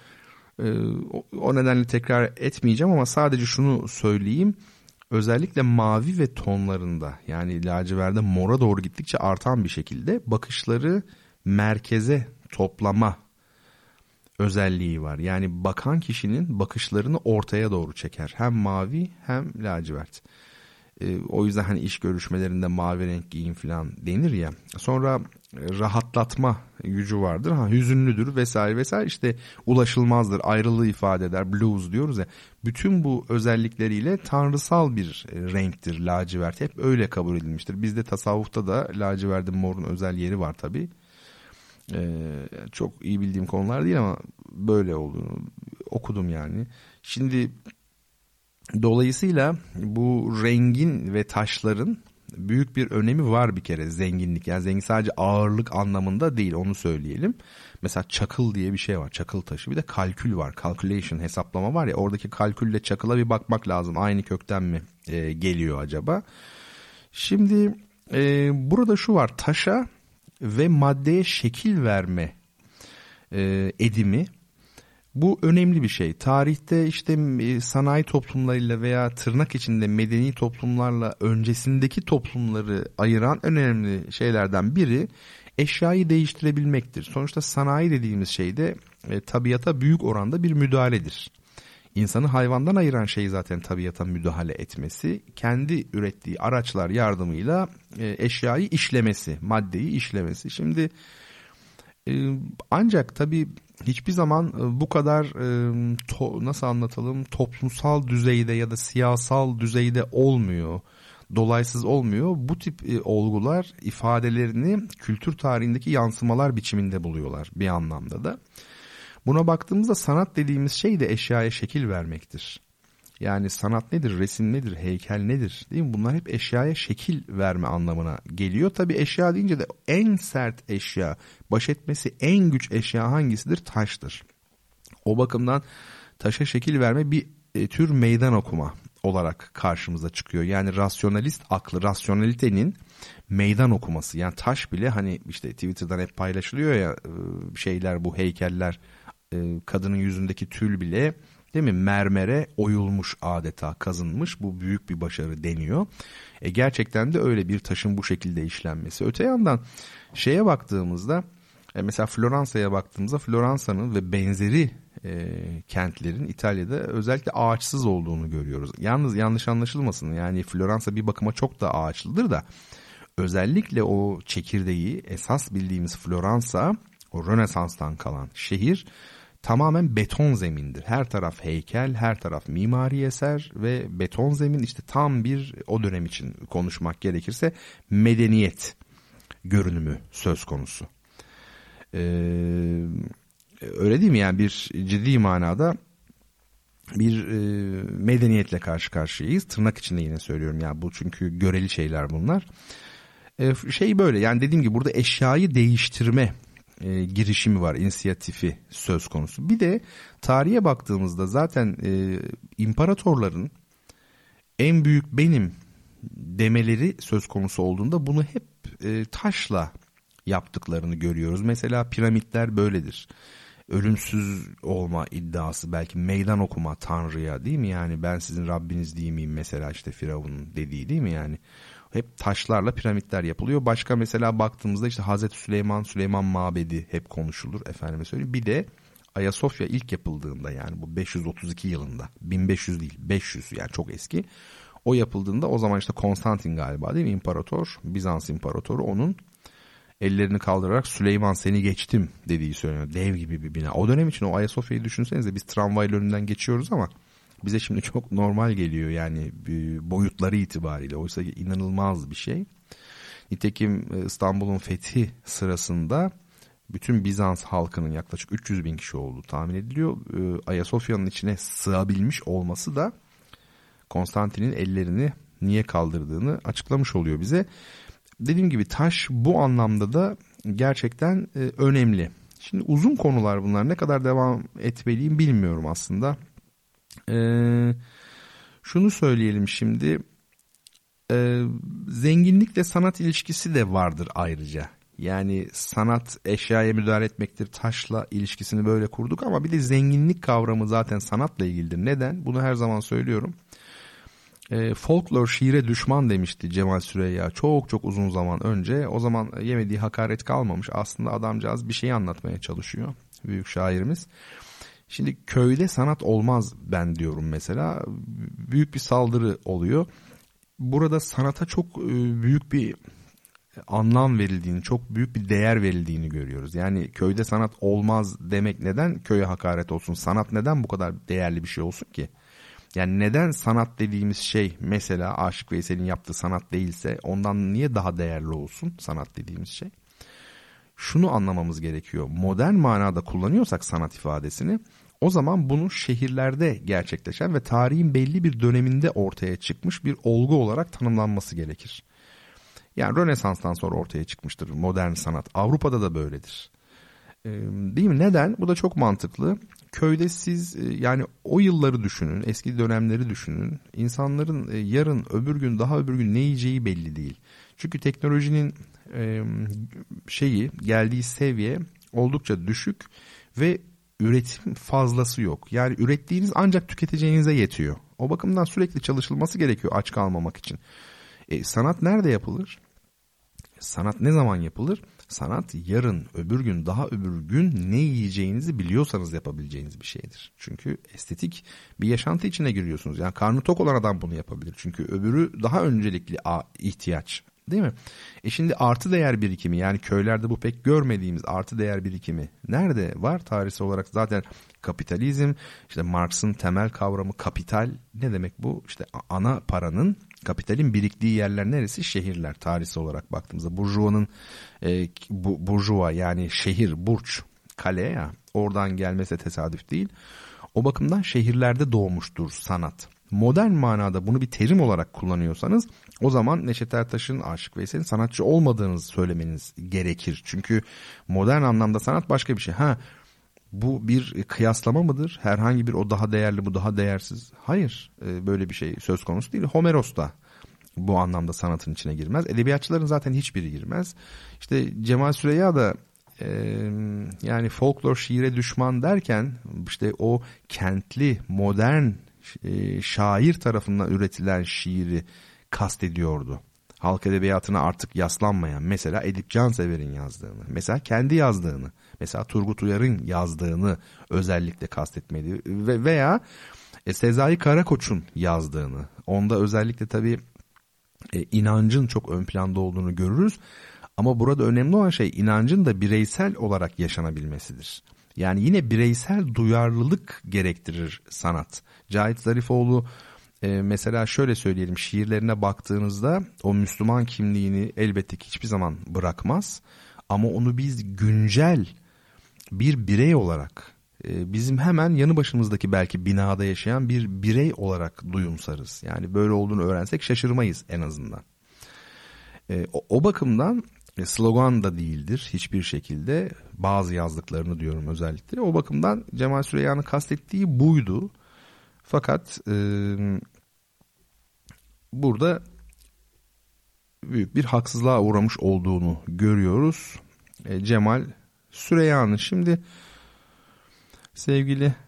o nedenle tekrar etmeyeceğim ama sadece şunu söyleyeyim. Özellikle mavi ve tonlarında, yani laciverde mora doğru gittikçe artan bir şekilde bakışları merkeze toplama özelliği var. Yani bakan kişinin bakışlarını ortaya doğru çeker. Hem mavi hem lacivert. O yüzden hani iş görüşmelerinde mavi renk giyin falan denir ya. Sonra rahatlatma gücü vardır. Hüzünlüdür vesaire vesaire, işte ulaşılmazdır, ayrılığı ifade eder, blues diyoruz ya. Bütün bu özellikleriyle tanrısal bir renktir lacivert. Hep öyle kabul edilmiştir. Bizde tasavvufta da lacivertin, morun özel yeri var tabii. Çok iyi bildiğim konular değil ama böyle olduğunu okudum yani. Şimdi dolayısıyla bu rengin ve taşların büyük bir önemi var bir kere, zenginlik. Yani zengin sadece ağırlık anlamında değil, onu söyleyelim. Mesela çakıl diye bir şey var, çakıl taşı. Bir de kalkül var, calculation, hesaplama var ya, oradaki kalkülle çakıla bir bakmak lazım. Aynı kökten mi geliyor acaba? Şimdi burada şu var, taşa ve maddeye şekil verme edimi. Bu önemli bir şey. Tarihte işte sanayi toplumlarıyla veya tırnak içinde medeni toplumlarla öncesindeki toplumları ayıran önemli şeylerden biri eşyayı değiştirebilmektir. Sonuçta sanayi dediğimiz şey de tabiata büyük oranda bir müdahaledir. İnsanı hayvandan ayıran şey zaten tabiata müdahale etmesi, kendi ürettiği araçlar yardımıyla eşyayı işlemesi, maddeyi işlemesi. Şimdi ancak tabii hiçbir zaman bu kadar nasıl anlatalım, toplumsal düzeyde ya da siyasal düzeyde olmuyor, dolaysız olmuyor. Bu tip olgular ifadelerini kültür tarihindeki yansımalar biçiminde buluyorlar bir anlamda da. Buna baktığımızda sanat dediğimiz şey de eşyaya şekil vermektir. Yani sanat nedir, resim nedir, heykel nedir, değil mi? Bunlar hep eşyaya şekil verme anlamına geliyor. Tabii eşya deyince de en sert eşya, baş etmesi en güç eşya hangisidir? Taştır. O bakımdan taşa şekil verme bir tür meydan okuma olarak karşımıza çıkıyor. Yani rasyonalist aklı, rasyonalitenin meydan okuması. Yani taş bile, hani işte Twitter'dan hep paylaşılıyor ya şeyler, bu heykeller Kadının yüzündeki tül bile, değil mi, mermere oyulmuş, adeta kazınmış. Bu büyük bir başarı deniyor. Gerçekten de öyle, bir taşın bu şekilde işlenmesi. Öte yandan şeye baktığımızda, mesela Floransa'ya baktığımızda, Floransa'nın ve benzeri kentlerin İtalya'da özellikle ağaçsız olduğunu görüyoruz. Yalnız yanlış anlaşılmasın, yani Floransa bir bakıma çok da ağaçlıdır da özellikle o çekirdeği, esas bildiğimiz Floransa, o Rönesans'tan kalan şehir tamamen beton zemindir. Her taraf heykel, her taraf mimari eser ve beton zemin, işte tam bir, o dönem için konuşmak gerekirse, medeniyet görünümü söz konusu. Öyle değil mi? Yani bir ciddi manada bir medeniyetle karşı karşıyayız. Tırnak içinde yine söylüyorum ya, bu çünkü göreli şeyler bunlar. Şey böyle, yani dediğim gibi burada eşyayı değiştirme girişimi var, inisiyatifi söz konusu. Bir de tarihe baktığımızda zaten imparatorların en büyük benim demeleri söz konusu olduğunda bunu hep taşla yaptıklarını görüyoruz. Mesela piramitler böyledir. Ölümsüz olma iddiası, belki meydan okuma Tanrı'ya, değil mi? Yani ben sizin Rabbiniz değil miyim mesela, işte Firavun'un dediği, değil mi? Yani hep taşlarla piramitler yapılıyor. Başka mesela baktığımızda işte Hazreti Süleyman Mabedi hep konuşulur, efendime söyleyeyim. Bir de Ayasofya ilk yapıldığında, yani bu 532 yılında, 1500 değil 500, yani çok eski. O yapıldığında, o zaman işte Konstantin galiba, değil mi, imparator, Bizans imparatoru, onun ellerini kaldırarak Süleyman seni geçtim dediği söyleniyor. Dev gibi bir bina. O dönem için o Ayasofya'yı düşünsenize, biz tramvayla önünden geçiyoruz ama bize şimdi çok normal geliyor yani boyutları itibariyle. Oysa ki inanılmaz bir şey. Nitekim İstanbul'un fethi sırasında bütün Bizans halkının yaklaşık 300 bin kişi olduğu tahmin ediliyor. Ayasofya'nın içine sığabilmiş olması da Konstantin'in ellerini niye kaldırdığını açıklamış oluyor bize. Dediğim gibi taş bu anlamda da gerçekten önemli. Şimdi uzun konular bunlar. Ne kadar devam etmeliyim bilmiyorum aslında. Şunu söyleyelim şimdi. Zenginlikle sanat ilişkisi de vardır ayrıca. Yani sanat eşyaya müdahale etmektir. Taşla ilişkisini böyle kurduk ama bir de zenginlik kavramı zaten sanatla ilgilidir. Neden? Bunu her zaman söylüyorum. Folklor şiire düşman demişti Cemal Süreyya çok çok uzun zaman önce. O zaman yemediği hakaret kalmamış. Aslında adamcağız bir şeyi anlatmaya çalışıyor, büyük şairimiz. Şimdi köyde sanat olmaz ben diyorum mesela. Büyük bir saldırı oluyor. Burada sanata çok büyük bir anlam verildiğini, çok büyük bir değer verildiğini görüyoruz. Yani köyde sanat olmaz demek neden köye hakaret olsun? Sanat neden bu kadar değerli bir şey olsun ki? Yani neden sanat dediğimiz şey, mesela Aşık Veysel'in yaptığı sanat değilse ondan niye daha değerli olsun sanat dediğimiz şey? Şunu anlamamız gerekiyor. Modern manada kullanıyorsak sanat ifadesini, o zaman bunu şehirlerde gerçekleşen ve tarihin belli bir döneminde ortaya çıkmış bir olgu olarak tanımlanması gerekir. Yani Rönesans'tan sonra ortaya çıkmıştır modern sanat. Avrupa'da da böyledir. Değil mi? Neden? Bu da çok mantıklı. Köyde siz yani o yılları düşünün, eski dönemleri düşünün. İnsanların yarın, öbür gün, daha öbür gün ne yiyeceği belli değil. Çünkü teknolojinin geldiği seviye oldukça düşük ve üretim fazlası yok. Yani ürettiğiniz ancak tüketeceğinize yetiyor. O bakımdan sürekli çalışılması gerekiyor aç kalmamak için. Sanat nerede yapılır? Sanat ne zaman yapılır? Sanat yarın, öbür gün, daha öbür gün ne yiyeceğinizi biliyorsanız yapabileceğiniz bir şeydir. Çünkü estetik bir yaşantı içine giriyorsunuz. Yani karnı tok olan adam bunu yapabilir. Çünkü öbürü daha öncelikli ihtiyaç, değil mi? Şimdi artı değer birikimi, yani köylerde bu pek görmediğimiz artı değer birikimi nerede var? Tarihsel olarak zaten kapitalizm, işte Marx'ın temel kavramı kapital ne demek bu? İşte ana paranın, kapitalin biriktiği yerler neresi? Şehirler, tarihsel olarak baktığımızda. Burjuvanın burjuva yani şehir, burç, kale ya, oradan gelmesi tesadüf değil. O bakımdan şehirlerde doğmuştur sanat. Modern manada bunu bir terim olarak kullanıyorsanız o zaman Neşet Ertaş'ın, Aşık Veysel'in sanatçı olmadığınızı söylemeniz gerekir. Çünkü modern anlamda sanat başka bir şey. Bu bir kıyaslama mıdır? Herhangi bir o daha değerli, bu daha değersiz. Hayır, böyle bir şey söz konusu değil. Homeros da bu anlamda sanatın içine girmez. Edebiyatçıların zaten hiçbiri girmez. İşte Cemal Süreyya da yani folklor şiire düşman derken işte o kentli modern şair tarafından üretilen şiiri kastediyordu. Halk edebiyatına artık yaslanmayan, mesela Edip Cansever'in yazdığını, mesela kendi yazdığını, mesela Turgut Uyar'ın yazdığını özellikle kastetmedi veya Sezai Karakoç'un yazdığını. Onda özellikle tabii inancın çok ön planda olduğunu görürüz. Ama burada önemli olan şey inancın da bireysel olarak yaşanabilmesidir. Yani yine bireysel duyarlılık gerektirir sanat. Cahit Zarifoğlu mesela şöyle söyleyelim, şiirlerine baktığınızda o Müslüman kimliğini elbette ki hiçbir zaman bırakmaz. Ama onu biz güncel bir birey olarak, bizim hemen yanı başımızdaki belki binada yaşayan bir birey olarak duyumsarız. Yani böyle olduğunu öğrensek şaşırmayız en azından. O bakımdan slogan da değildir hiçbir şekilde, bazı yazdıklarını diyorum özellikle. O bakımdan Cemal Süreyya'nın kastettiği buydu. Fakat burada büyük bir haksızlığa uğramış olduğunu görüyoruz Cemal Süreyya'nın. Şimdi sevgili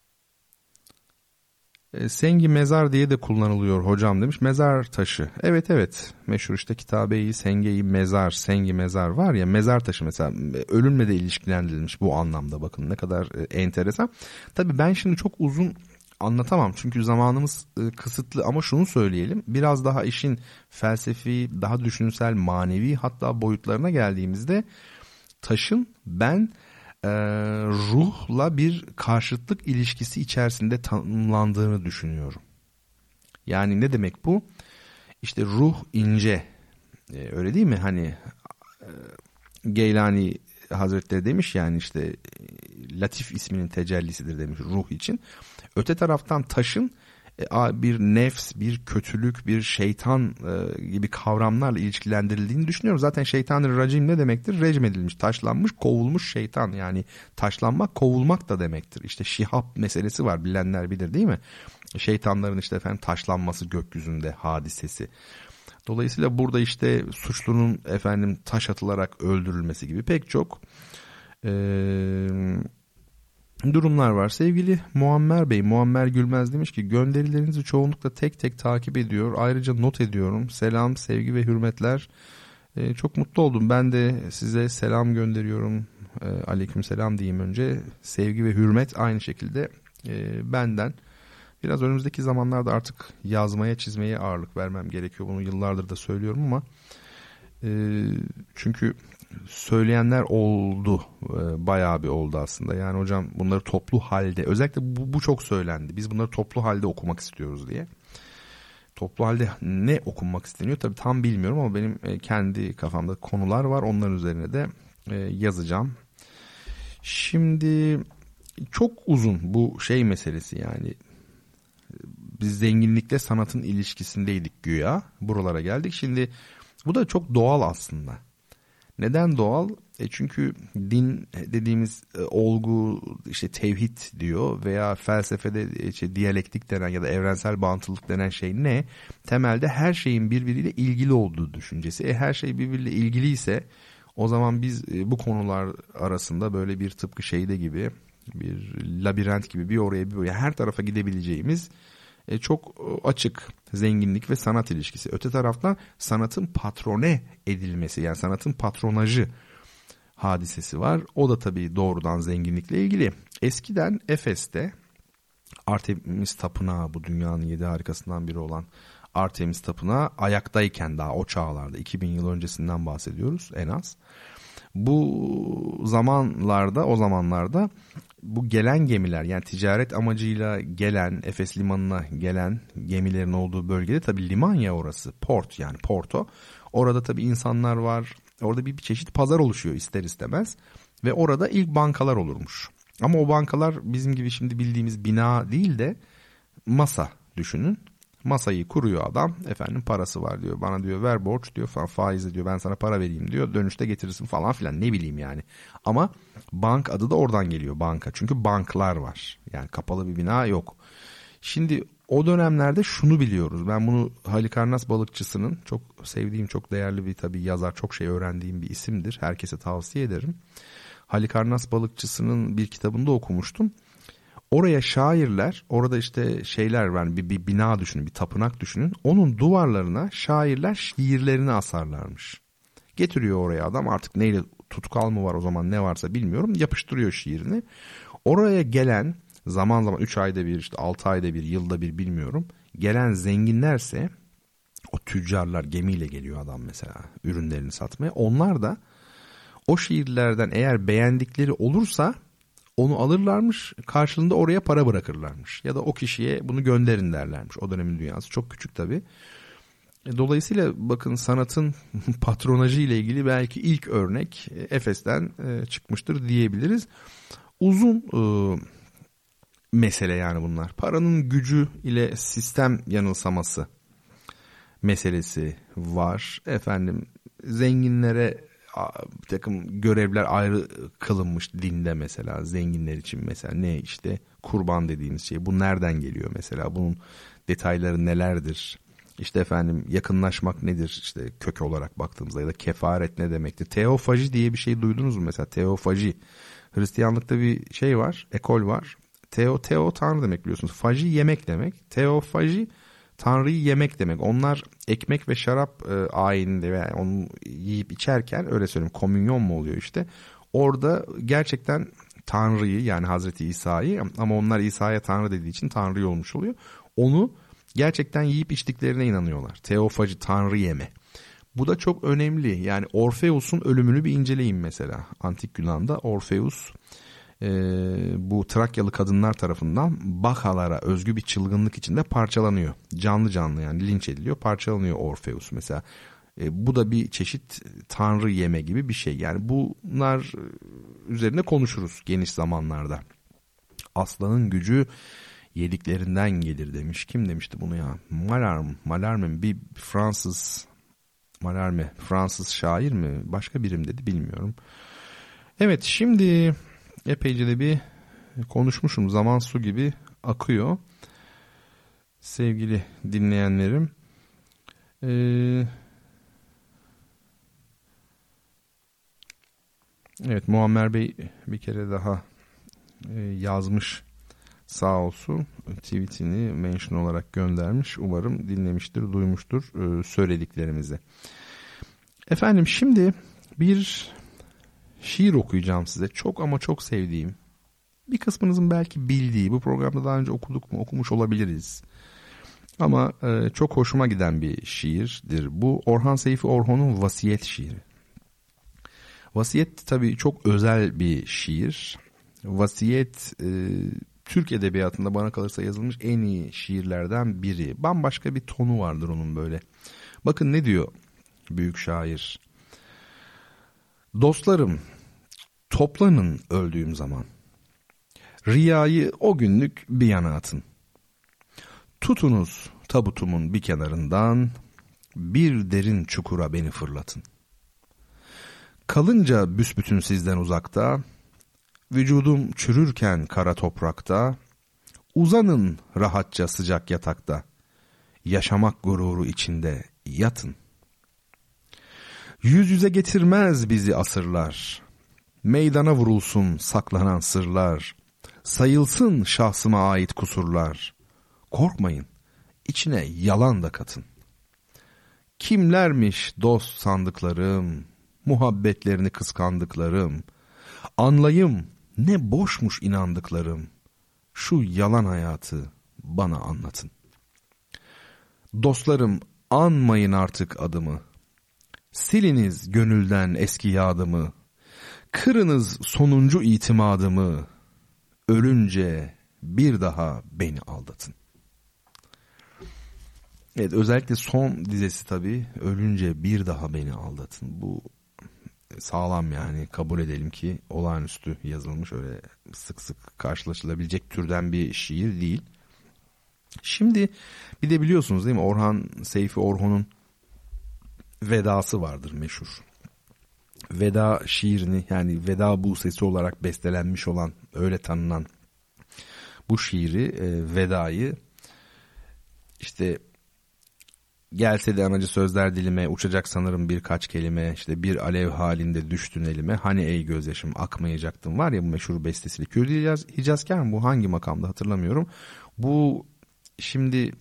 Sengi mezar diye de kullanılıyor hocam demiş. Mezar taşı. Evet. Meşhur işte kitabe-i Sengi mezar, Sengi mezar var ya, mezar taşı mesela ölümle de ilişkilendirilmiş bu anlamda. Bakın ne kadar enteresan. Tabii ben şimdi çok uzun anlatamam çünkü zamanımız kısıtlı, ama şunu söyleyelim. Biraz daha işin felsefi, daha düşünsel, manevi hatta boyutlarına geldiğimizde taşın ben ruhla bir karşıtlık ilişkisi içerisinde tanımlandığını düşünüyorum. Yani ne demek bu? İşte ruh ince, öyle değil mi? Hani Geylani Hazretleri demiş, yani işte Latif isminin tecellisidir demiş ruh için. Öte taraftan taşın bir nefs, bir kötülük, bir şeytan gibi kavramlarla ilişkilendirildiğini düşünüyorum. Zaten şeytan-ı racim ne demektir? Recmedilmiş, taşlanmış, kovulmuş şeytan. Yani taşlanmak, kovulmak da demektir. İşte şihab meselesi var, bilenler bilir değil mi? Şeytanların işte efendim taşlanması gökyüzünde hadisesi. Dolayısıyla burada işte suçlunun efendim taş atılarak öldürülmesi gibi pek çok durumlar var. Sevgili Muammer Bey, Muammer Gülmez demiş ki gönderilerinizi çoğunlukla tek tek takip ediyor. Ayrıca not ediyorum. Selam, sevgi ve hürmetler. Çok mutlu oldum. Ben de size selam gönderiyorum. Aleyküm selam diyeyim önce. Sevgi ve hürmet aynı şekilde benden. Biraz önümüzdeki zamanlarda artık yazmaya, çizmeye ağırlık vermem gerekiyor. Bunu yıllardır da söylüyorum ama çünkü söyleyenler oldu, bayağı bir oldu aslında. Yani hocam bunları toplu halde, özellikle bu çok söylendi. Biz bunları toplu halde okumak istiyoruz diye. Toplu halde ne okunmak isteniyor tabii tam bilmiyorum ama benim kendi kafamda konular var. Onların üzerine de yazacağım. Şimdi çok uzun bu şey meselesi, yani biz zenginlikle sanatın ilişkisindeydik güya. Buralara geldik. Şimdi bu da çok doğal aslında. Neden doğal? Çünkü din dediğimiz olgu işte tevhid diyor veya felsefede işte diyalektik denen ya da evrensel bağıntılık denen şey ne? Temelde her şeyin birbiriyle ilgili olduğu düşüncesi. Her şey birbiriyle ilgiliyse o zaman biz bu konular arasında böyle bir tıpkı şeyde gibi, bir labirent gibi bir oraya bir oraya her tarafa gidebileceğimiz çok açık zenginlik ve sanat ilişkisi. Öte taraftan sanatın patrone edilmesi, yani sanatın patronajı hadisesi var. O da tabii doğrudan zenginlikle ilgili. Eskiden Efes'te Artemis Tapınağı, bu dünyanın 7 harikasından biri olan Artemis Tapınağı ayaktayken, daha o çağlarda 2000 yıl öncesinden bahsediyoruz en az. Bu zamanlarda, o zamanlarda bu gelen gemiler, yani ticaret amacıyla gelen, Efes limanına gelen gemilerin olduğu bölgede, tabii liman ya orası, port, yani porto. Orada tabii insanlar var. Orada bir çeşit pazar oluşuyor ister istemez. Ve orada ilk bankalar olurmuş. Ama o bankalar bizim gibi şimdi bildiğimiz bina değil de masa düşünün. Masayı kuruyor adam, efendim parası var diyor, bana diyor ver borç diyor falan, faizi diyor ben sana para vereyim diyor, dönüşte getirirsin falan filan, ne bileyim yani. Ama bank adı da oradan geliyor, banka, çünkü banklar var, yani kapalı bir bina yok. Şimdi o dönemlerde şunu biliyoruz. Ben bunu Halikarnas Balıkçısı'nın, çok sevdiğim, çok değerli bir tabii yazar, çok şey öğrendiğim bir isimdir. Herkese tavsiye ederim. Halikarnas Balıkçısı'nın bir kitabında okumuştum. Oraya şairler, orada işte şeyler var, bir bina düşünün, bir tapınak düşünün. Onun duvarlarına şairler şiirlerini asarlarmış. Getiriyor oraya adam, artık neyle, tutkal mı var o zaman, ne varsa bilmiyorum, yapıştırıyor şiirini. Oraya gelen, zaman zaman 3 ayda bir, işte 6 ayda bir, yılda bir bilmiyorum, gelen zenginlerse, o tüccarlar, gemiyle geliyor adam mesela ürünlerini satmaya. Onlar da o şiirlerden eğer beğendikleri olursa onu alırlarmış, karşılığında oraya para bırakırlarmış. Ya da o kişiye bunu gönderin derlermiş. O dönemin dünyası çok küçük tabii. Dolayısıyla bakın, sanatın patronajı ile ilgili belki ilk örnek Efes'ten çıkmıştır diyebiliriz. Uzun mesele yani bunlar. Paranın gücü ile sistem yanılsaması meselesi var. Efendim, zenginlere bir takım görevler ayrı kılınmış dinde mesela, zenginler için mesela ne, işte kurban dediğimiz şey, bu nereden geliyor mesela, bunun detayları nelerdir, işte efendim yakınlaşmak nedir, işte kök olarak baktığımızda, ya da kefaret ne demektir, teofaji diye bir şey duydunuz mu mesela? Teofaji, Hristiyanlıkta bir şey var, ekol var. Teo tanrı demek, biliyorsunuz, faji yemek demek, teofaji Tanrı'yı yemek demek. Onlar ekmek ve şarap ayininde veya onu yiyip içerken, öyle söyleyeyim, komünyon mu oluyor işte. Orada gerçekten Tanrı'yı, yani Hazreti İsa'yı, ama onlar İsa'ya Tanrı dediği için Tanrı olmuş oluyor. Onu gerçekten yiyip içtiklerine inanıyorlar. Teofacı, Tanrı yeme. Bu da çok önemli. Yani Orfeus'un ölümünü bir inceleyin mesela. Antik Yunan'da Orfeus bu Trakyalı kadınlar tarafından Bakalara özgü bir çılgınlık içinde parçalanıyor. Canlı canlı, yani linç ediliyor, parçalanıyor Orfeus mesela. Bu da bir çeşit tanrı yeme gibi bir şey. Yani bunlar üzerine konuşuruz geniş zamanlarda. Aslanın gücü yediklerinden gelir demiş. Kim demişti bunu ya? Mallarmé, bir Fransız, Mallarmé, Fransız şair mi? Başka birim dedi, bilmiyorum. Evet, şimdi epeyce de bir konuşmuşum. Zaman su gibi akıyor. Sevgili dinleyenlerim. Evet, Muammer Bey bir kere daha yazmış, sağ olsun. Tweetini mention olarak göndermiş. Umarım dinlemiştir, duymuştur söylediklerimizi. Efendim, şimdi bir şiir okuyacağım size. Çok ama çok sevdiğim, bir kısmınızın belki bildiği, bu programda daha önce okuduk mu, okumuş olabiliriz. Ama çok hoşuma giden bir şiirdir. Bu Orhan Seyfi Orhon'un Vasiyet şiiri. Vasiyet tabii çok özel bir şiir. Vasiyet Türk edebiyatında bana kalırsa yazılmış en iyi şiirlerden biri. Bambaşka bir tonu vardır onun böyle. Bakın ne diyor büyük şair. Dostlarım, toplanın öldüğüm zaman. Riyayı o günlük bir yana atın. Tutunuz tabutumun bir kenarından, bir derin çukura beni fırlatın. Kalınca büsbütün sizden uzakta, vücudum çürürken kara toprakta, uzanın rahatça sıcak yatakta, yaşamak gururu içinde yatın. Yüz yüze getirmez bizi asırlar, meydana vurulsun saklanan sırlar, sayılsın şahsıma ait kusurlar, korkmayın, içine yalan da katın. Kimlermiş dost sandıklarım, muhabbetlerini kıskandıklarım, anlayım ne boşmuş inandıklarım, şu yalan hayatı bana anlatın. Dostlarım, anmayın artık adımı, siliniz gönülden eski yadımı, kırınız sonuncu itimadımı, ölünce bir daha beni aldatın. Evet, özellikle son dizesi tabii, ölünce bir daha beni aldatın. Bu sağlam, yani kabul edelim ki olağanüstü yazılmış, öyle sık sık karşılaşılabilecek türden bir şiir değil. Şimdi bir de biliyorsunuz değil mi, Orhan Seyfi Orhon'un vedası vardır meşhur. Veda şiirini, yani veda busesi olarak bestelenmiş olan, öyle tanınan bu şiiri, vedayı işte gelse de anacı sözler dilime, uçacak sanırım birkaç kelime, işte bir alev halinde düştün elime, hani ey gözyaşım akmayacaktın var ya bu meşhur bestesiyle. Kürdi Hicazkar mı bu, hangi makamda hatırlamıyorum. Bu şimdi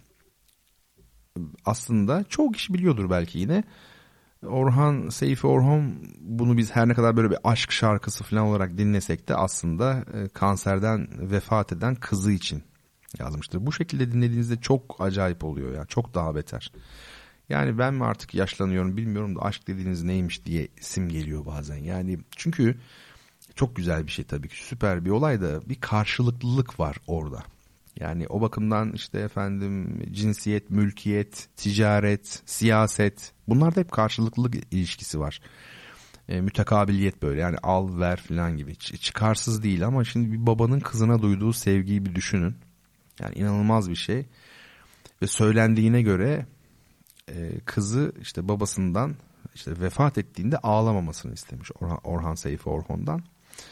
aslında çoğu kişi biliyordur belki yine. Orhan Seyfi Orhon, bunu biz her ne kadar böyle bir aşk şarkısı falan olarak dinlesek de aslında kanserden vefat eden kızı için yazmıştır. Bu şekilde dinlediğinizde çok acayip oluyor ya, çok daha beter. Yani ben mi artık yaşlanıyorum bilmiyorum da aşk dediğiniz neymiş diye isim geliyor bazen. Yani çünkü çok güzel bir şey tabii ki, süper bir olay da bir karşılıklılık var orada. Yani o bakımdan işte efendim cinsiyet, mülkiyet, ticaret, siyaset, bunlarda hep karşılıklılık ilişkisi var. Mütekabiliyet böyle, yani al ver falan gibi, çıkarsız değil. Ama şimdi bir babanın kızına duyduğu sevgiyi bir düşünün. Yani inanılmaz bir şey. Ve söylendiğine göre kızı işte babasından işte vefat ettiğinde ağlamamasını istemiş Orhan Seyfi Orhon'dan.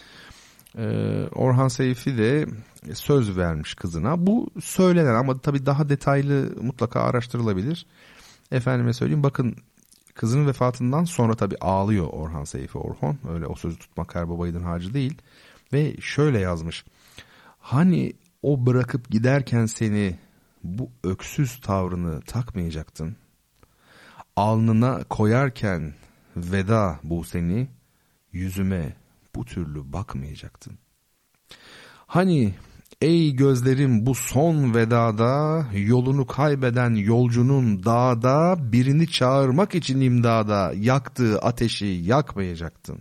Orhan Seyfi de söz vermiş kızına. Bu söylenen, ama tabii daha detaylı mutlaka araştırılabilir. Efendime söyleyeyim, bakın kızının vefatından sonra tabii ağlıyor Orhan Seyfi Orhon. Öyle o sözü tutmak her babayiğidin harcı değil. Ve şöyle yazmış. Hani o bırakıp giderken seni bu öksüz tavrını takmayacaktın. Alnına koyarken veda bu seni, yüzüme bu türlü bakmayacaktın. Hani ey gözlerim bu son vedada, yolunu kaybeden yolcunun dağda, birini çağırmak için imdada yaktığı ateşi yakmayacaktın.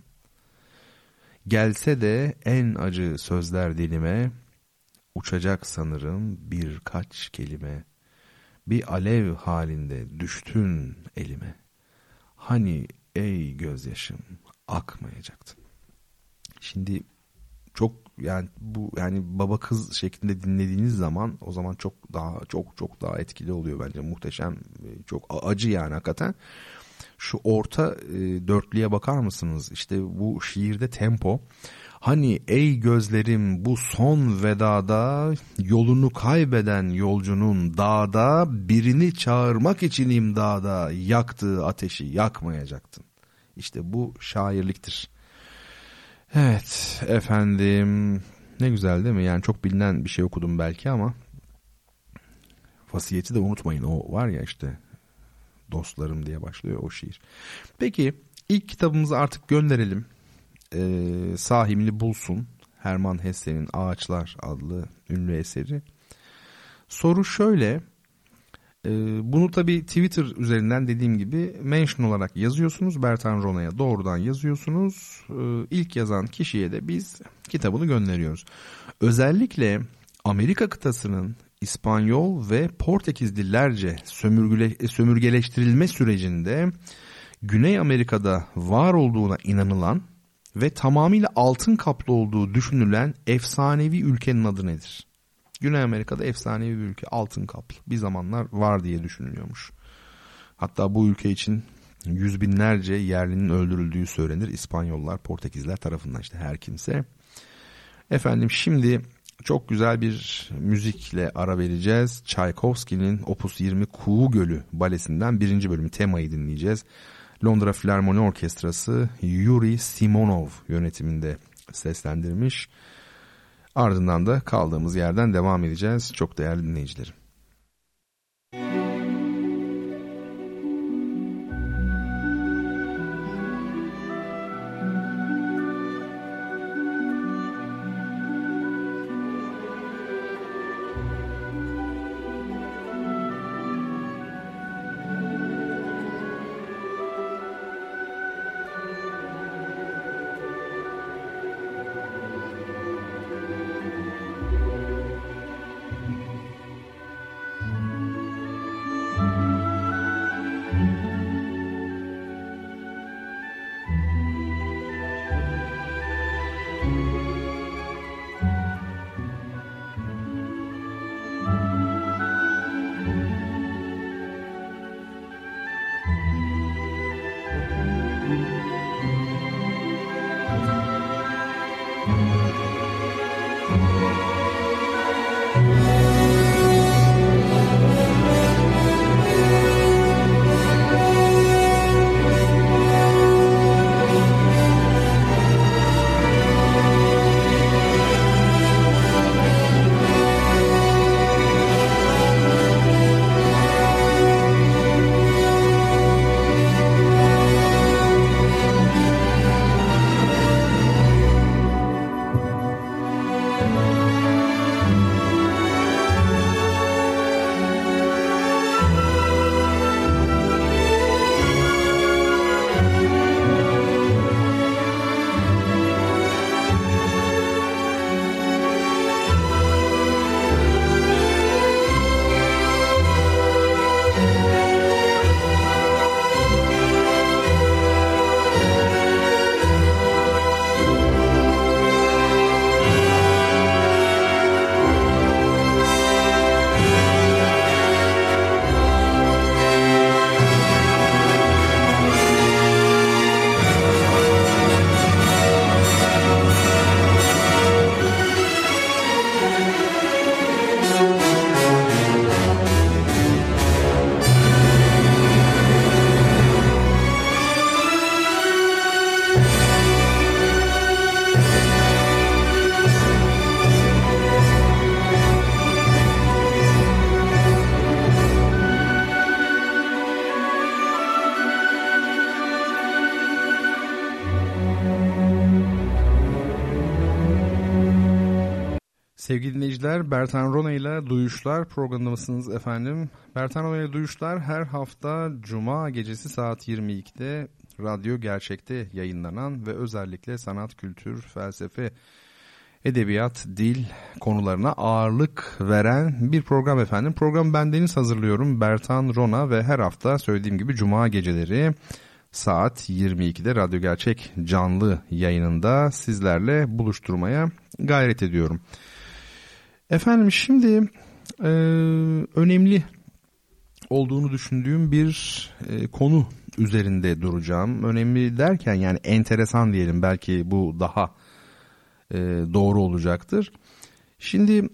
Gelse de en acı sözler dilime, uçacak sanırım birkaç kelime. Bir alev halinde düştün elime. Hani ey gözyaşım akmayacaktın. Şimdi çok, yani bu, yani baba kız şeklinde dinlediğiniz zaman o zaman çok daha etkili oluyor bence. Muhteşem, çok acı yani hakikaten. Şu orta dörtlüye bakar mısınız? İşte bu şiirde tempo. Hani ey gözlerim bu son vedada, yolunu kaybeden yolcunun dağda, birini çağırmak için imdada, yaktığı ateşi yakmayacaktın. İşte bu şairliktir. Evet efendim, ne güzel değil mi? Yani çok bilinen bir şey okudum belki ama vasiyeti de unutmayın, o var ya işte, dostlarım diye başlıyor o şiir. Peki ilk kitabımızı artık gönderelim. Sahibini bulsun. Hermann Hesse'nin Ağaçlar adlı ünlü eseri. Soru şöyle. Bunu tabii Twitter üzerinden dediğim gibi mention olarak yazıyorsunuz. Bertan Rona'ya doğrudan yazıyorsunuz. İlk yazan kişiye de biz kitabını gönderiyoruz. Özellikle Amerika kıtasının İspanyol ve Portekiz dillerce sömürgeleştirilme sürecinde Güney Amerika'da var olduğuna inanılan ve tamamıyla altın kaplı olduğu düşünülen efsanevi ülkenin adı nedir? Güney Amerika'da efsanevi bir ülke, altın kaplı. Bir zamanlar var diye düşünülüyormuş. Hatta bu ülke için yüz binlerce yerlinin öldürüldüğü söylenir. İspanyollar, Portekizler tarafından, işte her kimse. Efendim şimdi çok güzel bir müzikle ara vereceğiz. Tchaikovsky'nin Opus 20 Kuğu Gölü balesinden 1. bölümü, temayı dinleyeceğiz. Londra Filarmoni Orkestrası Yuri Simonov yönetiminde seslendirmiş. Ardından da kaldığımız yerden devam edeceğiz. Çok değerli dinleyicilerim. Sevgili dinleyiciler, Bertan Rona ile Duyuşlar programındasınız efendim. Bertan Rona ile Duyuşlar her hafta Cuma gecesi saat 22'de Radyo Gerçek'te yayınlanan ve özellikle sanat, kültür, felsefe, edebiyat, dil konularına ağırlık veren bir program efendim. Programı bendeniz hazırlıyorum, Bertan Rona, ve her hafta söylediğim gibi Cuma geceleri saat 22'de Radyo Gerçek canlı yayınında sizlerle buluşturmaya gayret ediyorum. Efendim şimdi önemli olduğunu düşündüğüm bir konu üzerinde duracağım. Önemli derken yani enteresan diyelim, belki bu daha doğru olacaktır. Şimdi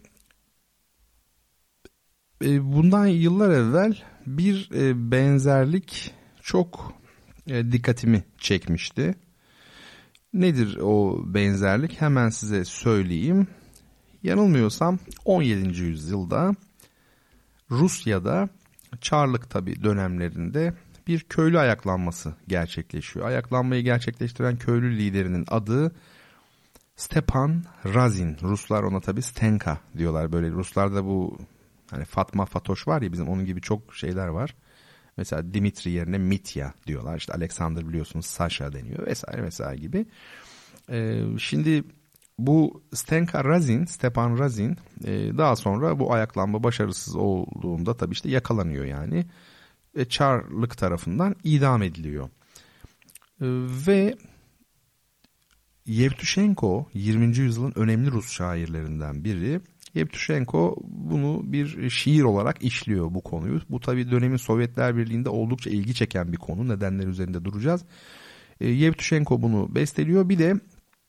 bundan yıllar evvel bir benzerlik çok dikkatimi çekmişti. Nedir o benzerlik? Hemen size söyleyeyim. Yanılmıyorsam 17. yüzyılda Rusya'da Çarlık tabii dönemlerinde bir köylü ayaklanması gerçekleşiyor. Ayaklanmayı gerçekleştiren köylü liderinin adı Stepan Razin. Ruslar ona tabii Stenka diyorlar. Böyle Ruslarda bu hani Fatma, Fatoş var ya, bizim onun gibi çok şeyler var. Mesela Dimitri yerine Mitya diyorlar. İşte Alexander biliyorsunuz Sasha deniyor vesaire vesaire gibi. Şimdi bu Stepan Razin daha sonra bu ayaklanma başarısız olduğunda tabii işte yakalanıyor yani. Çarlık tarafından idam ediliyor. Ve Yevtushenko 20. yüzyılın önemli Rus şairlerinden biri. Yevtushenko bunu bir şiir olarak işliyor bu konuyu. Bu tabii dönemin Sovyetler Birliği'nde oldukça ilgi çeken bir konu. Nedenler üzerinde duracağız. Yevtushenko bunu besteliyor. Bir de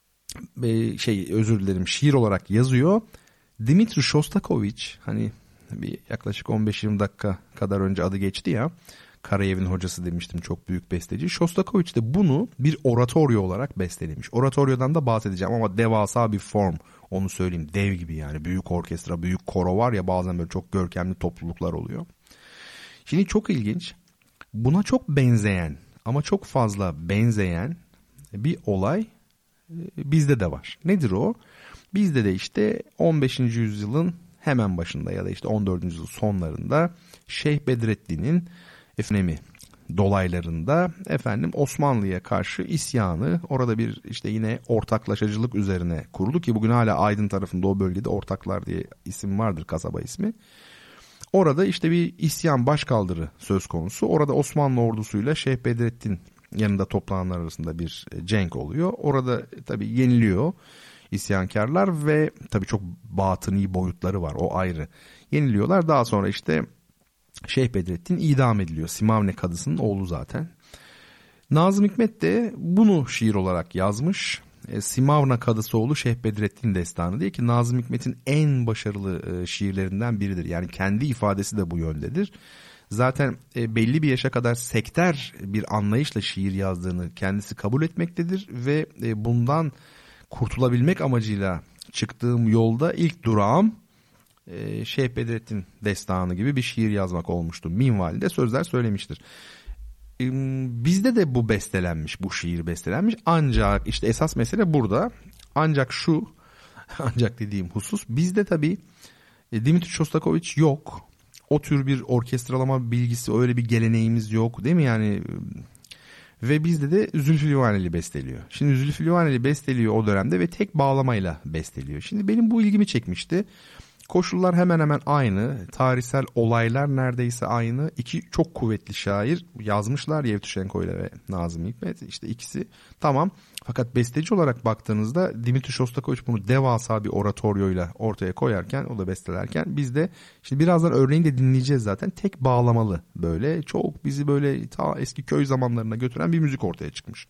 şiir olarak yazıyor. Dmitri Shostakovich, hani bir yaklaşık 15-20 dakika kadar önce adı geçti ya. Karayev'in hocası demiştim, çok büyük besteci. Shostakovich de bunu bir oratoryo olarak bestelemiş. Oratoryodan da bahsedeceğim ama devasa bir form, onu söyleyeyim. Dev gibi yani, büyük orkestra, büyük koro var ya, bazen böyle çok görkemli topluluklar oluyor. Şimdi çok ilginç. Buna çok benzeyen ama çok fazla benzeyen bir olay bizde de var. Nedir o? Bizde de işte 15. yüzyılın hemen başında ya da işte 14. yüzyıl sonlarında Şeyh Bedrettin'in dolaylarında Osmanlı'ya karşı isyanı, orada bir işte yine ortaklaşacılık üzerine kuruldu ki bugün hala Aydın tarafında o bölgede Ortaklar diye isim vardır, kasaba ismi. Orada işte bir isyan, başkaldırı söz konusu. Orada Osmanlı ordusuyla Şeyh Bedrettin yanında toplananlar arasında bir cenk oluyor. Orada tabii yeniliyor isyankarlar ve tabii çok batıni boyutları var, o ayrı. Yeniliyorlar. Daha sonra işte Şeyh Bedrettin idam ediliyor. Simavne kadısının oğlu zaten. Nazım Hikmet de bunu şiir olarak yazmış. Simavna kadısı oğlu Şeyh Bedrettin destanı diye, ki Nazım Hikmet'in en başarılı şiirlerinden biridir. Yani kendi ifadesi de bu yöndedir. Zaten belli bir yaşa kadar sekter bir anlayışla şiir yazdığını kendisi kabul etmektedir ve bundan kurtulabilmek amacıyla çıktığım yolda ilk durağım Şeyh Bedrettin destanı gibi bir şiir yazmak olmuştu. Minvalinde sözler söylemiştir. Bizde de bu bestelenmiş, bu şiir bestelenmiş. Ancak işte esas mesele burada. Ancak dediğim husus, bizde tabii Dimitri Shostakovich yok. O tür bir orkestralama bilgisi, öyle bir geleneğimiz yok, değil mi yani? Ve bizde de Zülfü Livaneli besteliyor. Şimdi Zülfü Livaneli besteliyor o dönemde ve tek bağlamayla besteliyor. Şimdi benim bu ilgimi çekmişti. Koşullar hemen hemen aynı. Tarihsel olaylar neredeyse aynı. İki çok kuvvetli şair yazmışlar, Yevtushenko ile ve Nazım Hikmet. İşte ikisi tamam. Fakat besteci olarak baktığınızda Dimitri Shostakovich bunu devasa bir oratoryoyla ortaya koyarken, o da bestelerken, biz de şimdi birazdan örneğini de dinleyeceğiz zaten. Tek bağlamalı, böyle çok bizi böyle ta eski köy zamanlarına götüren bir müzik ortaya çıkmış.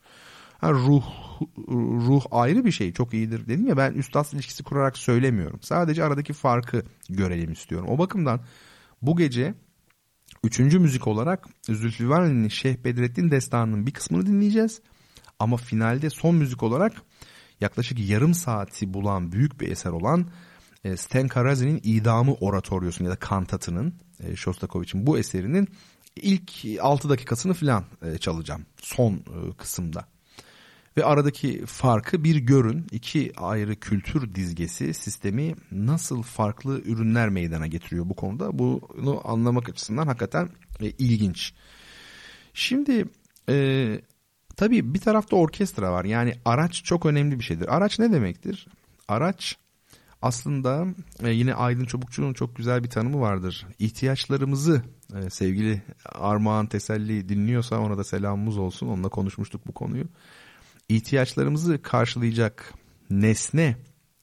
Ruh ayrı bir şey, çok iyidir dedim ya, ben üstad ilişkisi kurarak söylemiyorum. Sadece aradaki farkı görelim istiyorum. O bakımdan bu gece 3. müzik olarak Zülfü Livaneli'nin Şeyh Bedrettin destanının bir kısmını dinleyeceğiz. Ama finalde son müzik olarak yaklaşık yarım saati bulan büyük bir eser olan Stenka Razin'in idamı oratoryosunun ya da kantatının, Shostakovich'in bu eserinin ilk 6 dakikasını falan çalacağım son kısımda. Ve aradaki farkı bir görün. İki ayrı kültür dizgesi sistemi nasıl farklı ürünler meydana getiriyor bu konuda. Bunu anlamak açısından hakikaten ilginç. Şimdi tabii bir tarafta orkestra var. Yani araç çok önemli bir şeydir. Araç ne demektir? Araç aslında yine Aydın Çobukçu'nun çok güzel bir tanımı vardır. İhtiyaçlarımızı sevgili Armağan Teselli dinliyorsa ona da selamımız olsun. Onunla konuşmuştuk bu konuyu. İhtiyaçlarımızı karşılayacak nesne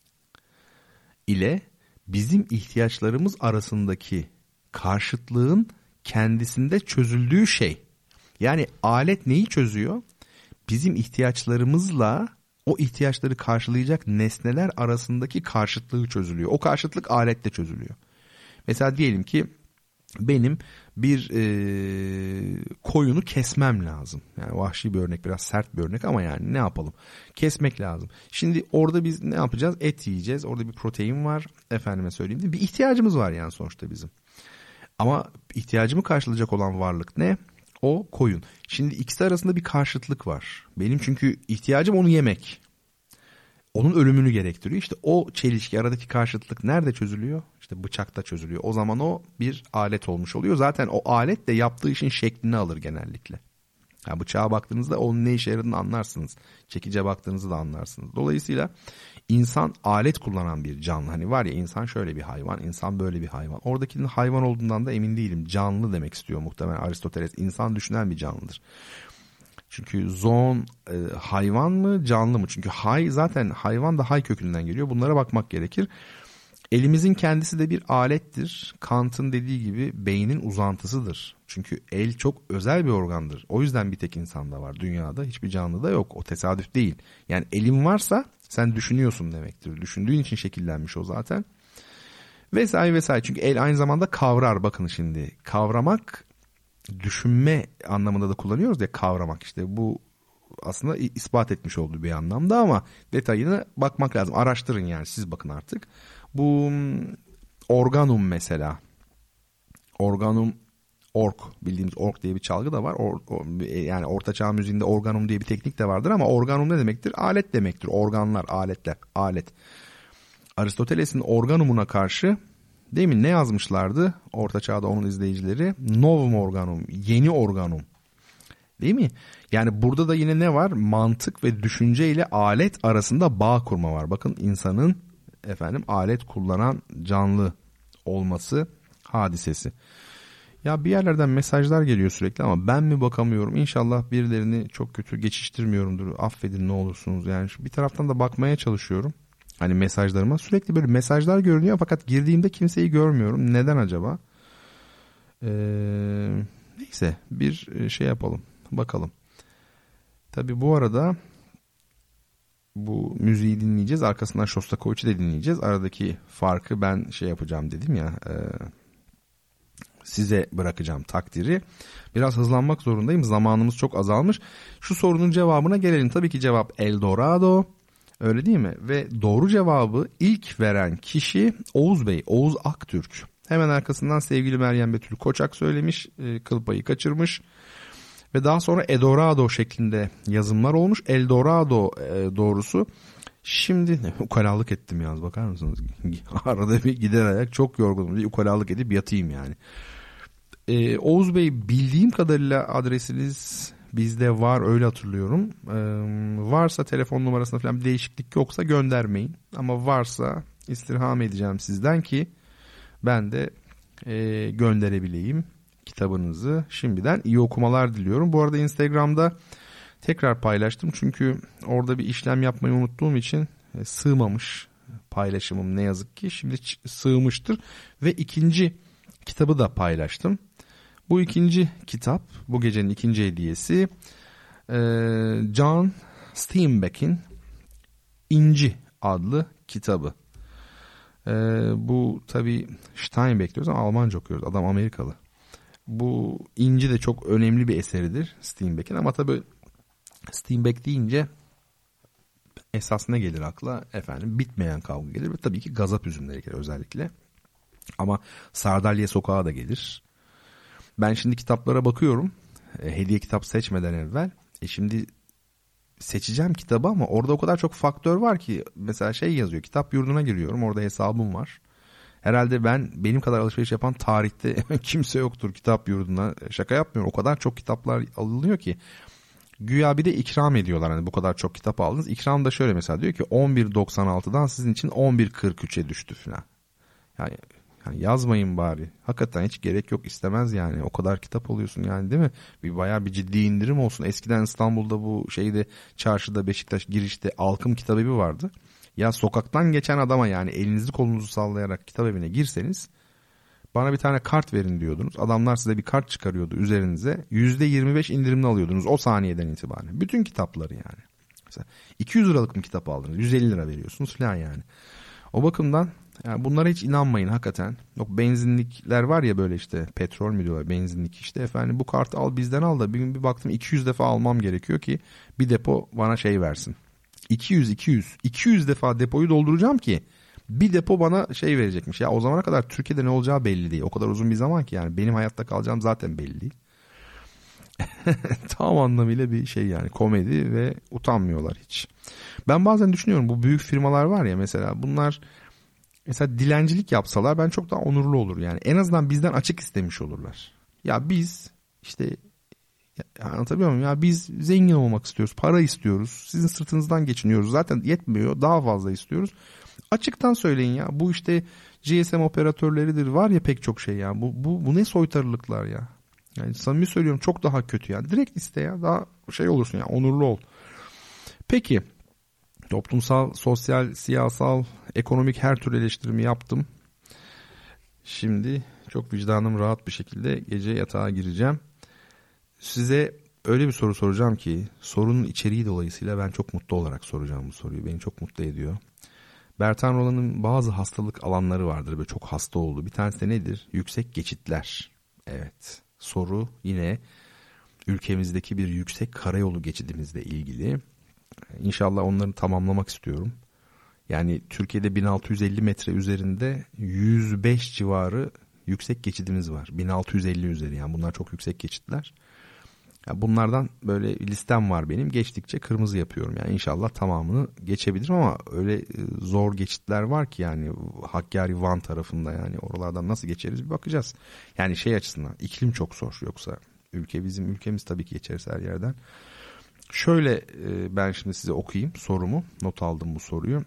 ile bizim ihtiyaçlarımız arasındaki karşıtlığın kendisinde çözüldüğü şey. Yani alet neyi çözüyor? Bizim ihtiyaçlarımızla o ihtiyaçları karşılayacak nesneler arasındaki karşıtlığı çözülüyor. O karşıtlık aletle çözülüyor. Mesela diyelim ki benim bir koyunu kesmem lazım. Yani vahşi bir örnek, biraz sert bir örnek ama yani ne yapalım? Kesmek lazım. Şimdi orada biz ne yapacağız? Et yiyeceğiz. Orada bir protein var. Efendime söyleyeyim de bir ihtiyacımız var yani sonuçta bizim. Ama ihtiyacımı karşılayacak olan varlık ne? O koyun. Şimdi ikisi arasında bir karşıtlık var. Benim çünkü ihtiyacım onu yemek. Onun ölümünü gerektiriyor. İşte o çelişki, aradaki karşıtlık nerede çözülüyor? İşte bıçakta çözülüyor. O zaman o bir alet olmuş oluyor. Zaten o alet de yaptığı işin şeklini alır genellikle. Yani bıçağa baktığınızda onun ne işe yaradığını anlarsınız. Çekice baktığınızda da anlarsınız. Dolayısıyla insan alet kullanan bir canlı. Hani var ya, insan şöyle bir hayvan, insan böyle bir hayvan. Oradakinin hayvan olduğundan da emin değilim. Canlı demek istiyor muhtemelen Aristoteles. İnsan düşünen bir canlıdır. Çünkü zoon hayvan mı canlı mı? Çünkü zaten hayvan da hay kökünden geliyor. Bunlara bakmak gerekir. Elimizin kendisi de bir alettir. Kant'ın dediği gibi beynin uzantısıdır. Çünkü el çok özel bir organdır. O yüzden bir tek insanda var. Dünyada hiçbir canlıda yok. O tesadüf değil. Yani elin varsa sen düşünüyorsun demektir. Düşündüğün için şekillenmiş o zaten. Vesaire vesaire. Çünkü el aynı zamanda kavrar. Bakın şimdi kavramak, düşünme anlamında da kullanıyoruz ya, kavramak. İşte bu aslında ispat etmiş olduğu bir anlamda ama detayına bakmak lazım. Araştırın yani, siz bakın artık. Bu organum mesela. Organum, bildiğimiz org diye bir çalgı da var. Yani Ortaçağ müziğinde organum diye bir teknik de vardır ama organum ne demektir? Alet demektir. Organlar, aletler, alet. Aristoteles'in organumuna karşı değil mi ne yazmışlardı Orta Çağ'da onun izleyicileri? Novum organum, yeni organum. Değil mi? Yani burada da yine ne var? Mantık ve düşünce ile alet arasında bağ kurma var. Bakın insanın alet kullanan canlı olması hadisesi. Ya bir yerlerden mesajlar geliyor sürekli ama ben mi bakamıyorum? İnşallah birilerini çok kötü geçiştirmiyorumdur. Affedin ne olursunuz. Yani bir taraftan da bakmaya çalışıyorum. Hani mesajlarıma sürekli böyle mesajlar görünüyor fakat girdiğimde kimseyi görmüyorum. Neden acaba? Neyse bir şey yapalım. Bakalım. Tabii bu arada bu müziği dinleyeceğiz. Arkasından Shostakovich'i de dinleyeceğiz. Aradaki farkı ben şey yapacağım dedim ya. Size bırakacağım takdiri. Biraz hızlanmak zorundayım. Zamanımız çok azalmış. Şu sorunun cevabına gelelim. Tabii ki cevap Eldorado. Öyle değil mi? Ve doğru cevabı ilk veren kişi Oğuz Bey, Oğuz Aktürk. Hemen arkasından sevgili Meryem Betül Koçak söylemiş, kıl payı kaçırmış. Ve daha sonra Eldorado şeklinde yazımlar olmuş. Eldorado doğrusu. Şimdi ukalalık ettim yalnız, bakar mısınız? Arada bir gider ayak, çok yorgunum diye ukalalık edip yatayım yani. Oğuz Bey, bildiğim kadarıyla adresiniz bizde var, öyle hatırlıyorum. Varsa telefon numarasında falan bir değişiklik yoksa göndermeyin. Ama varsa istirham edeceğim sizden ki ben de gönderebileyim kitabınızı. Şimdiden iyi okumalar diliyorum. Bu arada Instagram'da tekrar paylaştım. Çünkü orada bir işlem yapmayı unuttuğum için sığmamış paylaşımım ne yazık ki. Şimdi sığmıştır. Ve ikinci kitabı da paylaştım. Bu ikinci kitap, bu gecenin ikinci hediyesi John Steinbeck'in İnci adlı kitabı. Bu tabii Steinbeck diyoruz ama Almanca okuyoruz. Adam Amerikalı. Bu İnci de çok önemli bir eseridir Steinbeck'in ama tabii Steinbeck deyince esas ne gelir akla? Bitmeyen kavga gelir ve tabii ki gazap üzümleri gelir özellikle. Ama Sardalya Sokağı da gelir. Ben şimdi kitaplara bakıyorum. Hediye kitap seçmeden evvel. Şimdi seçeceğim kitabı ama orada o kadar çok faktör var ki mesela şey yazıyor, kitap yurduna giriyorum, orada hesabım var. Herhalde benim kadar alışveriş yapan tarihte kimse yoktur kitap yurduna. Şaka yapmıyorum, o kadar çok kitaplar alınıyor ki. Güya bir de ikram ediyorlar, hani bu kadar çok kitap aldınız. İkram da şöyle mesela diyor ki 11.96'dan sizin için 11.43'e düştü falan. Yani yazmayın bari. Hakikaten hiç gerek yok, istemez yani. O kadar kitap alıyorsun yani, değil mi? Bayağı bir ciddi indirim olsun. Eskiden İstanbul'da bu şeyde, çarşıda, Beşiktaş girişte Alkım Kitabevi vardı. Ya sokaktan geçen adama yani elinizi kolunuzu sallayarak kitap evine girseniz bana bir tane kart verin diyordunuz. Adamlar size bir kart çıkarıyordu üzerinize. %25 indirimli alıyordunuz o saniyeden itibaren. Bütün kitapları yani. Mesela 200 liralık mı kitap aldınız? 150 lira veriyorsunuz falan yani. O bakımdan yani bunlara hiç inanmayın hakikaten. Yok, benzinlikler var ya böyle, işte petrol mü diyorlar, benzinlik işte, efendim bu kartı al bizden al da bir gün bir baktım 200 defa almam gerekiyor ki bir depo bana şey versin. 200 defa depoyu dolduracağım ki bir depo bana şey verecekmiş. Ya o zamana kadar Türkiye'de ne olacağı belli değil. O kadar uzun bir zaman ki yani benim hayatta kalacağım zaten belli değil. Tam anlamıyla bir şey yani, komedi ve utanmıyorlar hiç. Ben bazen düşünüyorum, bu büyük firmalar var ya mesela, bunlar mesela dilencilik yapsalar ben çok daha onurlu olur yani. En azından bizden açık istemiş olurlar. Ya biz işte, anlatabiliyor muyum? Ya biz zengin olmak istiyoruz, para istiyoruz, sizin sırtınızdan geçiniyoruz, zaten yetmiyor, daha fazla istiyoruz. Açıktan söyleyin ya, bu işte GSM operatörleridir, var ya pek çok şey ya, bu ne soytarılıklar ya. Yani samimi söylüyorum, çok daha kötü yani. Direkt iste ya, daha şey olursun ya, onurlu ol. Peki, toplumsal, sosyal, siyasal, ekonomik her türlü eleştirimi yaptım. Şimdi çok vicdanım rahat bir şekilde gece yatağa gireceğim. Size öyle bir soru soracağım ki, sorunun içeriği dolayısıyla ben çok mutlu olarak soracağım bu soruyu. Beni çok mutlu ediyor. Bertan Rolan'ın bazı hastalık alanları vardır, böyle çok hasta olduğu. Bir tanesi de nedir? Yüksek geçitler. Evet. Soru yine ülkemizdeki bir yüksek karayolu geçidimizle ilgili. İnşallah onları tamamlamak istiyorum. Yani Türkiye'de 1650 metre üzerinde 105 civarı yüksek geçidimiz var. 1650 üzeri, yani bunlar çok yüksek geçitler. Yani bunlardan böyle listem var benim. Geçtikçe kırmızı yapıyorum. Yani inşallah tamamını geçebilirim ama öyle zor geçitler var ki yani Hakkari, Van tarafında, yani oralardan nasıl geçeriz bir bakacağız. Yani şey açısından, iklim çok zor, yoksa bizim ülkemiz tabii ki geçeriz her yerden. Şöyle ben şimdi size okuyayım sorumu. Not aldım bu soruyu.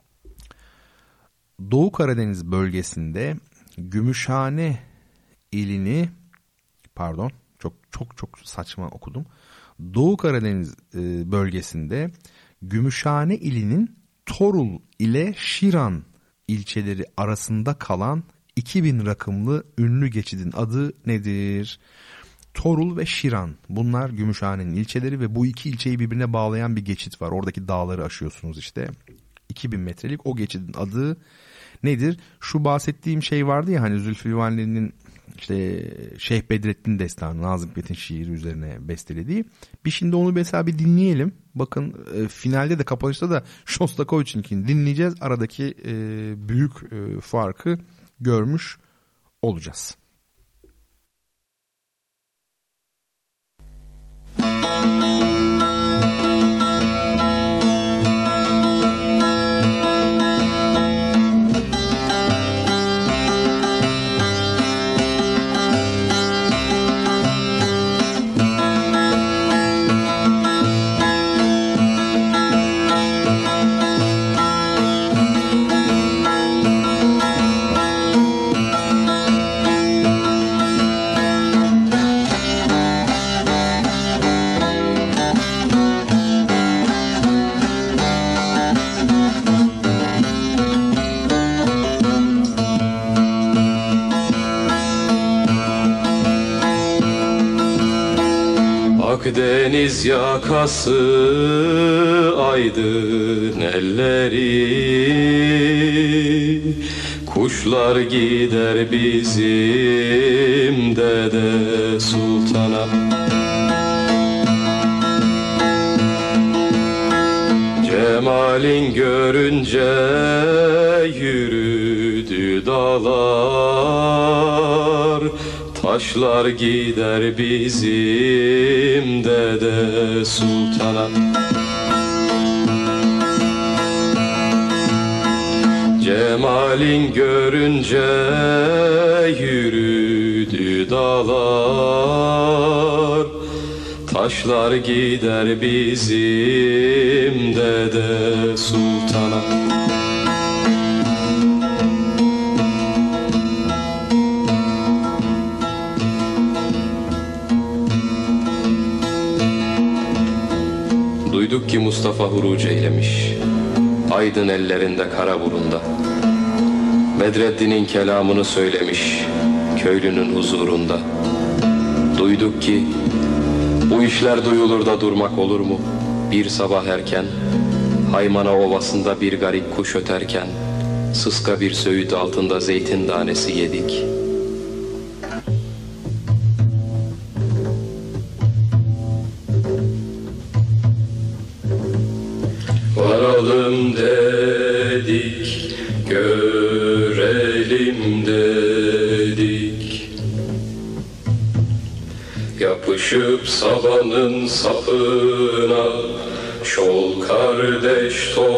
Doğu Karadeniz bölgesinde Gümüşhane ilini, pardon çok saçma okudum. Doğu Karadeniz bölgesinde Gümüşhane ilinin Torul ile Şiran ilçeleri arasında kalan 2000 rakımlı ünlü geçidin adı nedir? Torul ve Şiran, bunlar Gümüşhane'nin ilçeleri ve bu iki ilçeyi birbirine bağlayan bir geçit var. Oradaki dağları aşıyorsunuz işte. 2000 metrelik o geçidin adı nedir? Şu bahsettiğim şey vardı ya hani, Zülfü Livaneli'nin işte Şeyh Bedrettin Destanı, Nazım Hikmet'in şiiri üzerine bestelediği. Şimdi onu mesela bir dinleyelim. Bakın finalde de, kapanışta da Shostakovich'inkini dinleyeceğiz. Aradaki büyük farkı görmüş olacağız. Akdeniz yakası aydın elleri, kuşlar gider bizim Dede Sultan'a. Cemalin görünce yürüdü dağlar, taşlar gider bizim Dede Sultan'a. Cemalin görünce yürüdü dağlar, taşlar gider bizim Dede Sultan'a. Duyduk ki Mustafa huruc eylemiş, aydın ellerinde kara burunda. Bedreddin'in kelamını söylemiş, köylünün huzurunda. Duyduk ki bu işler duyulur da durmak olur mu? Bir sabah erken, Haymana Ovası'nda bir garip kuş öterken, sıska bir söğüt altında zeytin tanesi yedik. Varalım dedik, görelim dedik. Yapışıp sabanın sapına, şol kardeş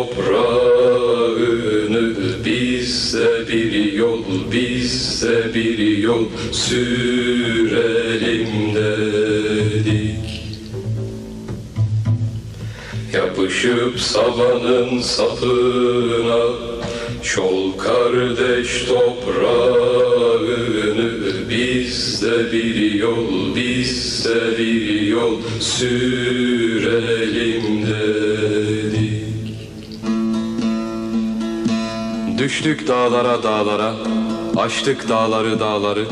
toprağını, bizde bir yol, bizde bir yol sürelim dedik. Yapışıp sabanın sapına, şol kardeş toprağını, bizde bir yol, bizde bir yol sürelim dedik. Düştük dağlara dağlara, aştık dağları dağları.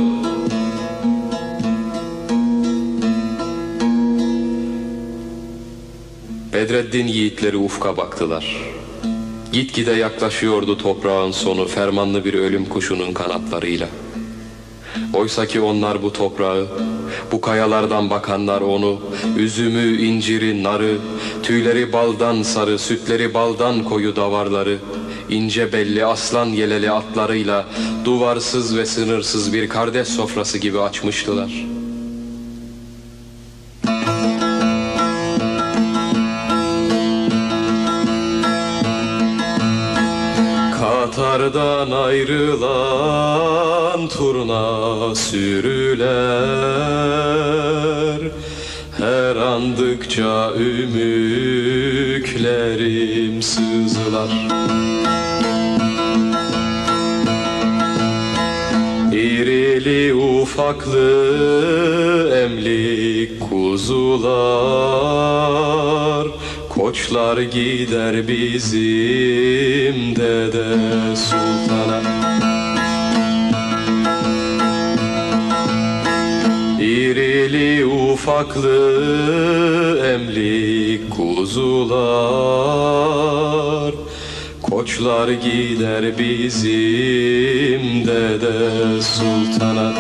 Bedreddin yiğitleri ufka baktılar. Gitgide yaklaşıyordu toprağın sonu, fermanlı bir ölüm kuşunun kanatlarıyla. Oysaki onlar bu toprağı, bu kayalardan bakanlar onu, üzümü, inciri, narı, tüyleri baldan sarı, sütleri baldan koyu davarları, ince belli aslan yeleli atlarıyla duvarsız ve sınırsız bir kardeş sofrası gibi açmıştılar. Katardan ayrılan turna sürüler, her andıkça ümüklerim sızlar. İrili ufaklı emlik kuzular, koçlar gider bizim Dede Sultan'a. İrili ufaklı emlik kuzular, koçlar gider bizim Dede Sultan'a.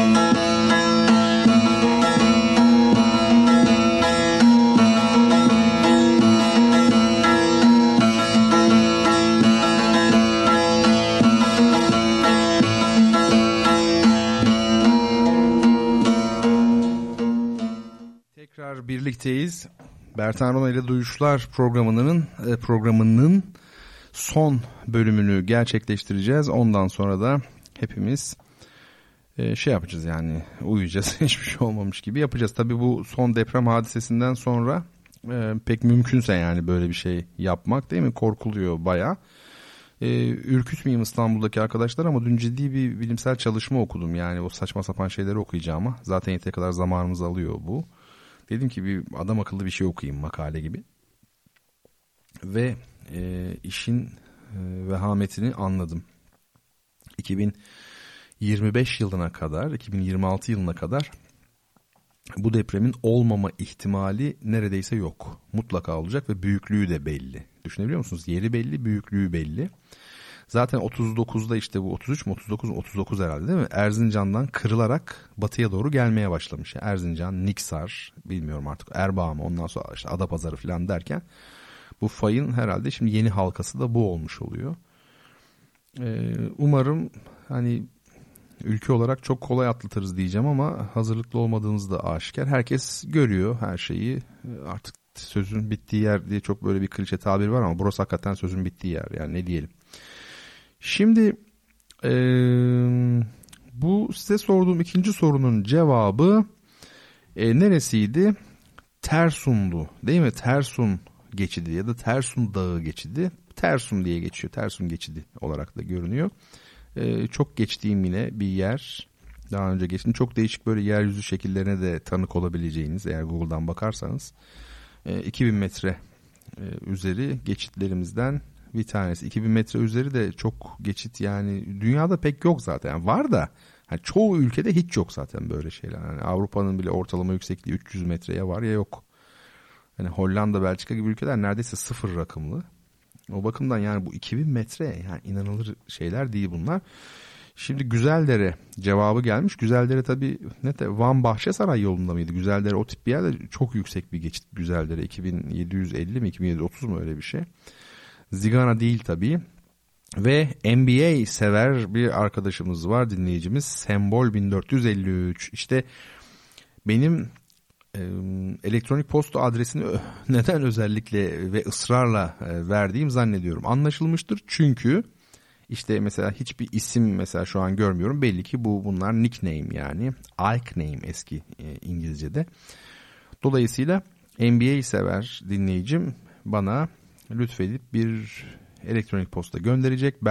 Tekrar birlikteyiz. Bertan Rona ile Duyuşlar programının son bölümünü gerçekleştireceğiz. Ondan sonra da hepimiz şey yapacağız, yani uyuyacağız. Hiçbir şey olmamış gibi yapacağız. Tabii bu son deprem hadisesinden sonra pek mümkünse yani böyle bir şey yapmak, değil mi? Korkuluyor bayağı. Ürkütmeyeyim İstanbul'daki arkadaşlar ama dün ciddi bir bilimsel çalışma okudum. Yani o saçma sapan şeyleri okuyacağıma. Zaten yeteri kadar zamanımız alıyor bu. Dedim ki bir adam akıllı bir şey okuyayım, makale gibi. Ve işin vehametini anladım. 2025 yılına kadar, 2026 yılına kadar bu depremin olmama ihtimali neredeyse yok. Mutlaka olacak ve büyüklüğü de belli. Düşünebiliyor musunuz? Yeri belli, büyüklüğü belli. Zaten 39'da işte bu 33 mi 39 mu 39 herhalde, değil mi? Erzincan'dan kırılarak batıya doğru gelmeye başlamış. Yani Erzincan, Niksar, bilmiyorum artık Erbaa mı, ondan sonra işte Adapazarı falan derken bu fayın herhalde şimdi yeni halkası da bu olmuş oluyor. Umarım hani ülke olarak çok kolay atlatırız diyeceğim ama hazırlıklı olmadığımız da aşikar. Herkes görüyor her şeyi. Artık sözün bittiği yer diye çok böyle bir klişe tabir var ama burası hakikaten sözün bittiği yer. Yani ne diyelim. Şimdi Bu size sorduğum ikinci sorunun cevabı neresiydi? Tersun'du değil mi? Tersun geçidi ya da Tersun Dağı geçidi. Tersun diye geçiyor. Tersun geçidi olarak da görünüyor. Çok geçtiğim yine bir yer. Daha önce geçtim. Çok değişik böyle yeryüzü şekillerine de tanık olabileceğiniz, eğer Google'dan bakarsanız. 2000 metre üzeri geçitlerimizden bir tanesi. 2000 metre üzeri de çok geçit, yani dünyada pek yok zaten. Yani var da hani çoğu ülkede hiç yok zaten böyle şeyler. Yani Avrupa'nın bile ortalama yüksekliği 300 metreye var ya yok. Hani Hollanda, Belçika gibi ülkeler neredeyse sıfır rakımlı. O bakımdan yani bu 2000 metre yani inanılır şeyler değil bunlar. Şimdi Güzeldere cevabı gelmiş. Güzeldere tabii Van Bahçesaray yolunda mıydı? Güzeldere o tip bir yerde, çok yüksek bir geçit Güzeldere. 2750 mi 2730 mu öyle bir şey. Zigana değil tabii. Ve NBA sever bir arkadaşımız var, dinleyicimiz. Sembol 1453. İşte benim elektronik posta adresini neden özellikle ve ısrarla verdiğim zannediyorum anlaşılmıştır. Çünkü işte mesela hiçbir isim mesela şu an görmüyorum. Belli ki bunlar nickname, yani nickname eski İngilizce'de. Dolayısıyla NBA sever dinleyicim bana lütfedip bir elektronik posta gönderecek.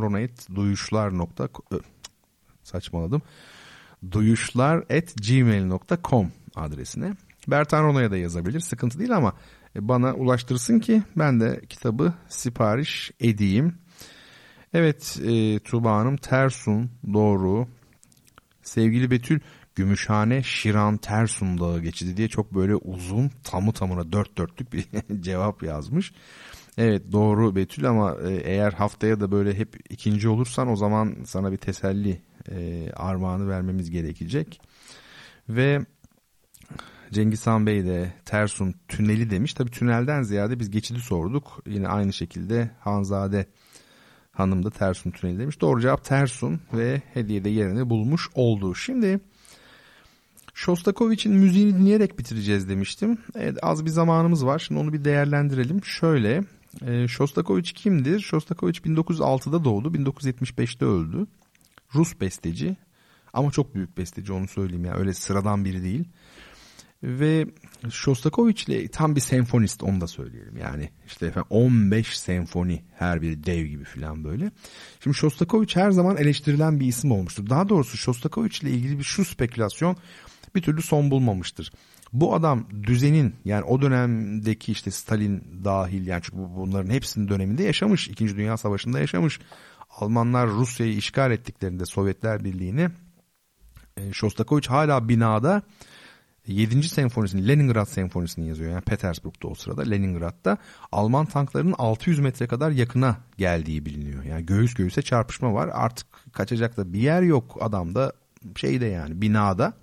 duyuşlar@gmail.com adresine. Bertan Rona'ya da yazabilir, sıkıntı değil, ama bana ulaştırsın ki ben de kitabı sipariş edeyim. Evet Tuğba Hanım, Tersun doğru. Sevgili Betül, Gümüşhane Şiran Tersun Dağı geçidi diye çok böyle uzun, tamı tamına 4 dörtlük bir cevap yazmış. Evet doğru Betül, ama eğer haftaya da böyle hep ikinci olursan o zaman sana bir teselli armağanı vermemiz gerekecek. Ve Cengizhan Bey de Tersun tüneli demiş. Tabii tünelden ziyade biz geçidi sorduk. Yine aynı şekilde Hanzade Hanım da Tersun tüneli demiş. Doğru cevap Tersun ve hediye de yerini bulmuş oldu. Şimdi Shostakovich'in müziğini dinleyerek bitireceğiz demiştim. Evet, az bir zamanımız var. Şimdi onu bir değerlendirelim. Şöyle, Shostakovich kimdir? Shostakovich 1906'da doğdu. 1975'te öldü. Rus besteci. Ama çok büyük besteci, onu söyleyeyim ya. Öyle sıradan biri değil. Ve Shostakovich'le tam bir senfonist, onu da söyleyelim. Yani işte efendim 15 senfoni, her biri dev gibi falan böyle. Şimdi Shostakovich her zaman eleştirilen bir isim olmuştur. Daha doğrusu Shostakovich ile ilgili bir şu spekülasyon bir türlü son bulmamıştır. Bu adam düzenin, yani o dönemdeki işte Stalin dahil, yani çünkü bunların hepsinin döneminde yaşamış. 2. Dünya Savaşı'nda yaşamış. Almanlar Rusya'yı işgal ettiklerinde, Sovyetler Birliği'ni, Shostakovich hala binada 7. senfonisini, Leningrad senfonisini yazıyor. Yani Petersburg'da o sırada, Leningrad'da Alman tanklarının 600 metre kadar yakına geldiği biliniyor. Yani göğüs göğüse çarpışma var. Artık kaçacak da bir yer yok adamda, şeyde yani binada.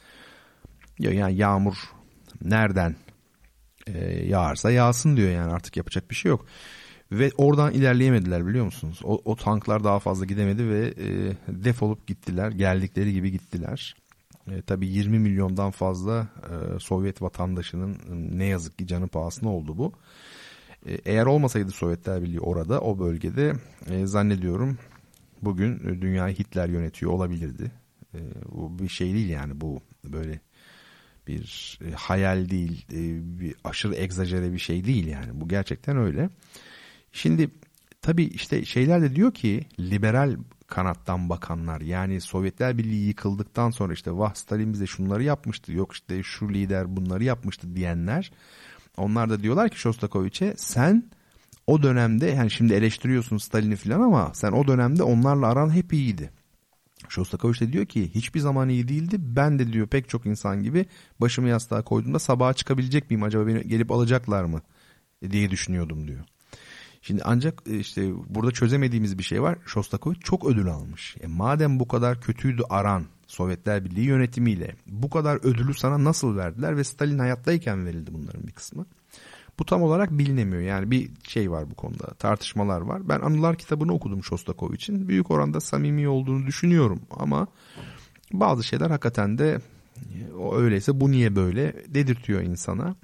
Yani yağmur nereden yağarsa yağsın diyor, yani artık yapacak bir şey yok. Ve oradan ilerleyemediler, biliyor musunuz? O tanklar daha fazla gidemedi ve defolup gittiler. Geldikleri gibi gittiler. Tabii 20 milyondan fazla Sovyet vatandaşının ne yazık ki canı pahasına oldu bu. Eğer olmasaydı Sovyetler Birliği orada, o bölgede zannediyorum bugün dünyayı Hitler yönetiyor olabilirdi. Bu bir şey değil yani, bu böyle bir hayal değil, bir aşırı egzajere bir şey değil yani, bu gerçekten öyle. Şimdi tabii işte şeyler de diyor ki, liberal kanattan bakanlar, yani Sovyetler Birliği yıkıldıktan sonra işte vah Stalin bize şunları yapmıştı, yok işte şu lider bunları yapmıştı diyenler, onlar da diyorlar ki Shostakovich'e, sen o dönemde, yani şimdi eleştiriyorsun Stalin'i falan ama sen o dönemde onlarla aran hep iyiydi. Shostakovich de diyor ki hiçbir zaman iyi değildi, ben de diyor pek çok insan gibi başımı yastığa koyduğumda sabaha çıkabilecek miyim, acaba beni gelip alacaklar mı diye düşünüyordum diyor. Şimdi ancak işte burada çözemediğimiz bir şey var. Shostakovich çok ödül almış. Madem bu kadar kötüydü aran Sovyetler Birliği yönetimiyle, bu kadar ödülü sana nasıl verdiler ve Stalin hayattayken verildi bunların bir kısmı? Bu tam olarak bilinemiyor. Yani bir şey var bu konuda, tartışmalar var. Ben Anılar kitabını okudum Shostakovich'in. Büyük oranda samimi olduğunu düşünüyorum ama bazı şeyler hakikaten de o öyleyse bu niye böyle dedirtiyor insana.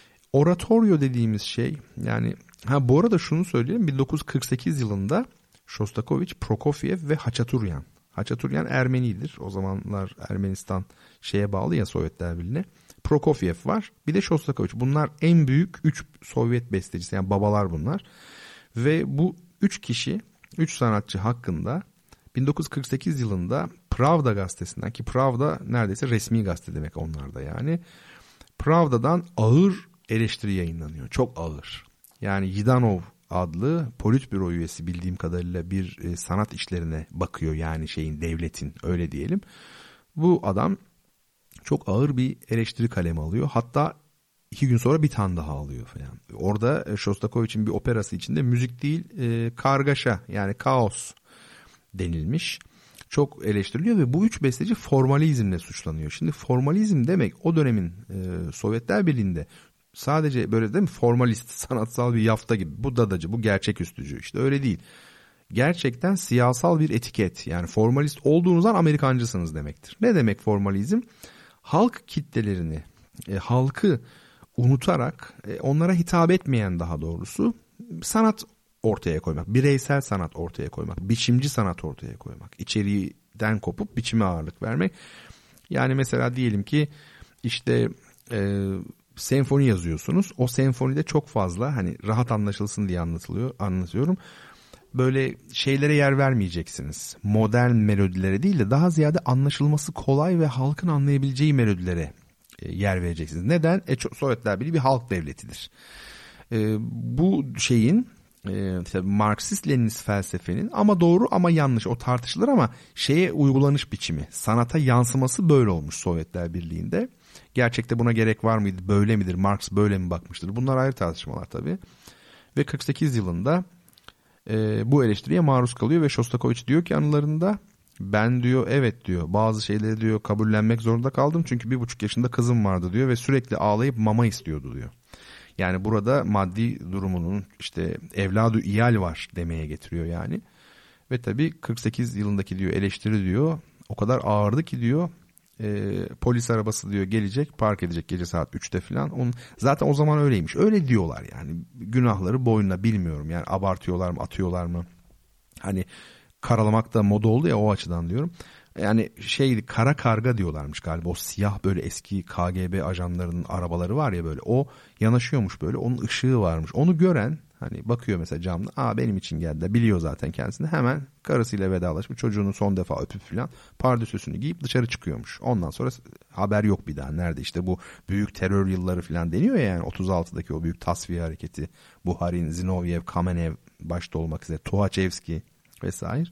Oratorio dediğimiz şey, yani bu arada şunu söyleyeyim, 1948 yılında Shostakovich, Prokofiev ve Haçaturyan. Haçaturyan Ermenidir. O zamanlar Ermenistan şeye bağlı ya, Sovyetler Birliği'ne. Prokofiev var. Bir de Shostakovich. Bunlar en büyük 3 Sovyet bestecisi. Yani babalar bunlar. Ve bu 3 kişi, 3 sanatçı hakkında 1948 yılında Pravda gazetesinden, ki Pravda neredeyse resmi gazete demek onlarda yani. Pravda'dan ağır eleştiri yayınlanıyor. Çok ağır. Yani Yidanov adlı politbüro üyesi bildiğim kadarıyla bir sanat işlerine bakıyor. Yani devletin, öyle diyelim. Bu adam çok ağır bir eleştiri kalemi alıyor. Hatta 2 gün sonra bir tane daha alıyor falan. Orada Shostakovich'in bir operası içinde müzik değil kargaşa, yani kaos denilmiş. Çok eleştiriliyor ve bu 3 besteci formalizmle suçlanıyor. Şimdi formalizm demek o dönemin Sovyetler Birliği'nde sadece böyle değil mi, formalist, sanatsal bir yafta gibi. Bu dadacı, bu gerçeküstücü. İşte öyle değil. Gerçekten siyasal bir etiket. Yani formalist olduğunuzdan Amerikancısınız demektir. Ne demek formalizm? Halk kitlelerini, halkı unutarak, onlara hitap etmeyen, daha doğrusu sanat ortaya koymak, bireysel sanat ortaya koymak, biçimci sanat ortaya koymak, içeriden kopup biçime ağırlık vermek. Yani mesela diyelim ki işte senfoni yazıyorsunuz. O senfonide çok fazla, hani rahat anlaşılsın diye anlatıyorum. Böyle şeylere yer vermeyeceksiniz. Modern melodilere değil de daha ziyade anlaşılması kolay ve halkın anlayabileceği melodilere yer vereceksiniz. Neden? Sovyetler Birliği bir halk devletidir. Bu şeyin Marksist-Leninist felsefenin ama doğru ama yanlış, o tartışılır, ama şeye uygulanış biçimi, sanata yansıması böyle olmuş Sovyetler Birliği'nde. Gerçekte buna gerek var mıydı? Böyle midir? Marx böyle mi bakmıştır? Bunlar ayrı tartışmalar tabii. Ve 48 yılında bu eleştiriye maruz kalıyor ve Shostakovich diyor ki anılarında, ben diyor evet diyor bazı şeyleri diyor kabullenmek zorunda kaldım çünkü 1,5 yaşında kızım vardı diyor ve sürekli ağlayıp mama istiyordu diyor. Yani burada maddi durumunun, işte evladı iyal var demeye getiriyor yani. Ve tabii 48 yılındaki diyor eleştiri diyor o kadar ağırdı ki diyor polis arabası diyor gelecek, park edecek gece saat 3'te falan. Zaten o zaman öyleymiş. Öyle diyorlar yani. Günahları boynuna, bilmiyorum yani, abartıyorlar mı, atıyorlar mı? Hani karalamak da moda oldu ya, o açıdan diyorum. Yani kara karga diyorlarmış galiba. O siyah böyle eski KGB ajanlarının arabaları var ya böyle. O yanaşıyormuş böyle. Onun ışığı varmış. Onu gören hani bakıyor mesela camda. Benim için geldi. Biliyor zaten kendisini. Hemen karısıyla vedalaşıp çocuğunu son defa öpüp filan pardösüsünü giyip dışarı çıkıyormuş. Ondan sonra haber yok bir daha. Nerede işte bu büyük terör yılları filan deniyor ya yani 36'daki o büyük tasfiye hareketi. Buharin, Zinoviev, Kamenev başta olmak üzere, Tuhaçevski vesaire.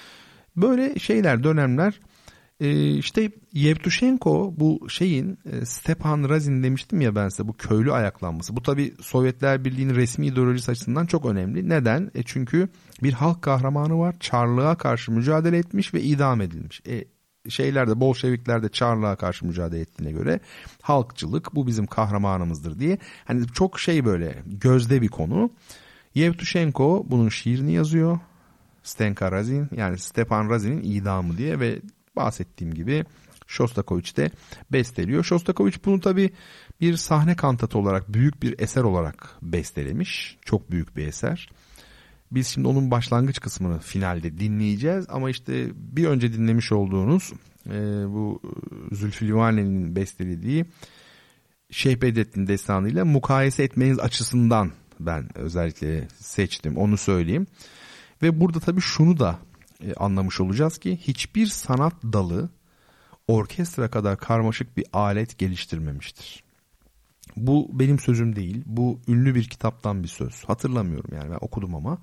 Böyle şeyler, dönemler. İşte Yevtushenko, bu Stepan Razin demiştim ya ben size, bu köylü ayaklanması. Bu tabii Sovyetler Birliği'nin resmi ideolojisi açısından çok önemli. Neden? Çünkü bir halk kahramanı var. Çarlığa karşı mücadele etmiş ve idam edilmiş. Bolşevikler de Çarlığa karşı mücadele ettiğine göre halkçılık bu bizim kahramanımızdır diye. Hani çok böyle gözde bir konu. Yevtushenko bunun şiirini yazıyor. Stenka Razin, yani Stepan Razin'in idamı diye ve bahsettiğim gibi Shostakovich de besteliyor. Shostakovich bunu tabii bir sahne kantatı olarak, büyük bir eser olarak bestelemiş. Çok büyük bir eser. Biz şimdi onun başlangıç kısmını finalde dinleyeceğiz ama işte bir önce dinlemiş olduğunuz bu Zülfü Livaneli'nin bestelediği Şeyh Bedrettin Destanı'yla mukayese etmeniz açısından ben özellikle seçtim, onu söyleyeyim. Ve burada tabii şunu da anlamış olacağız ki hiçbir sanat dalı orkestra kadar karmaşık bir alet geliştirmemiştir. Bu benim sözüm değil. Bu ünlü bir kitaptan bir söz. Hatırlamıyorum yani, ben okudum ama.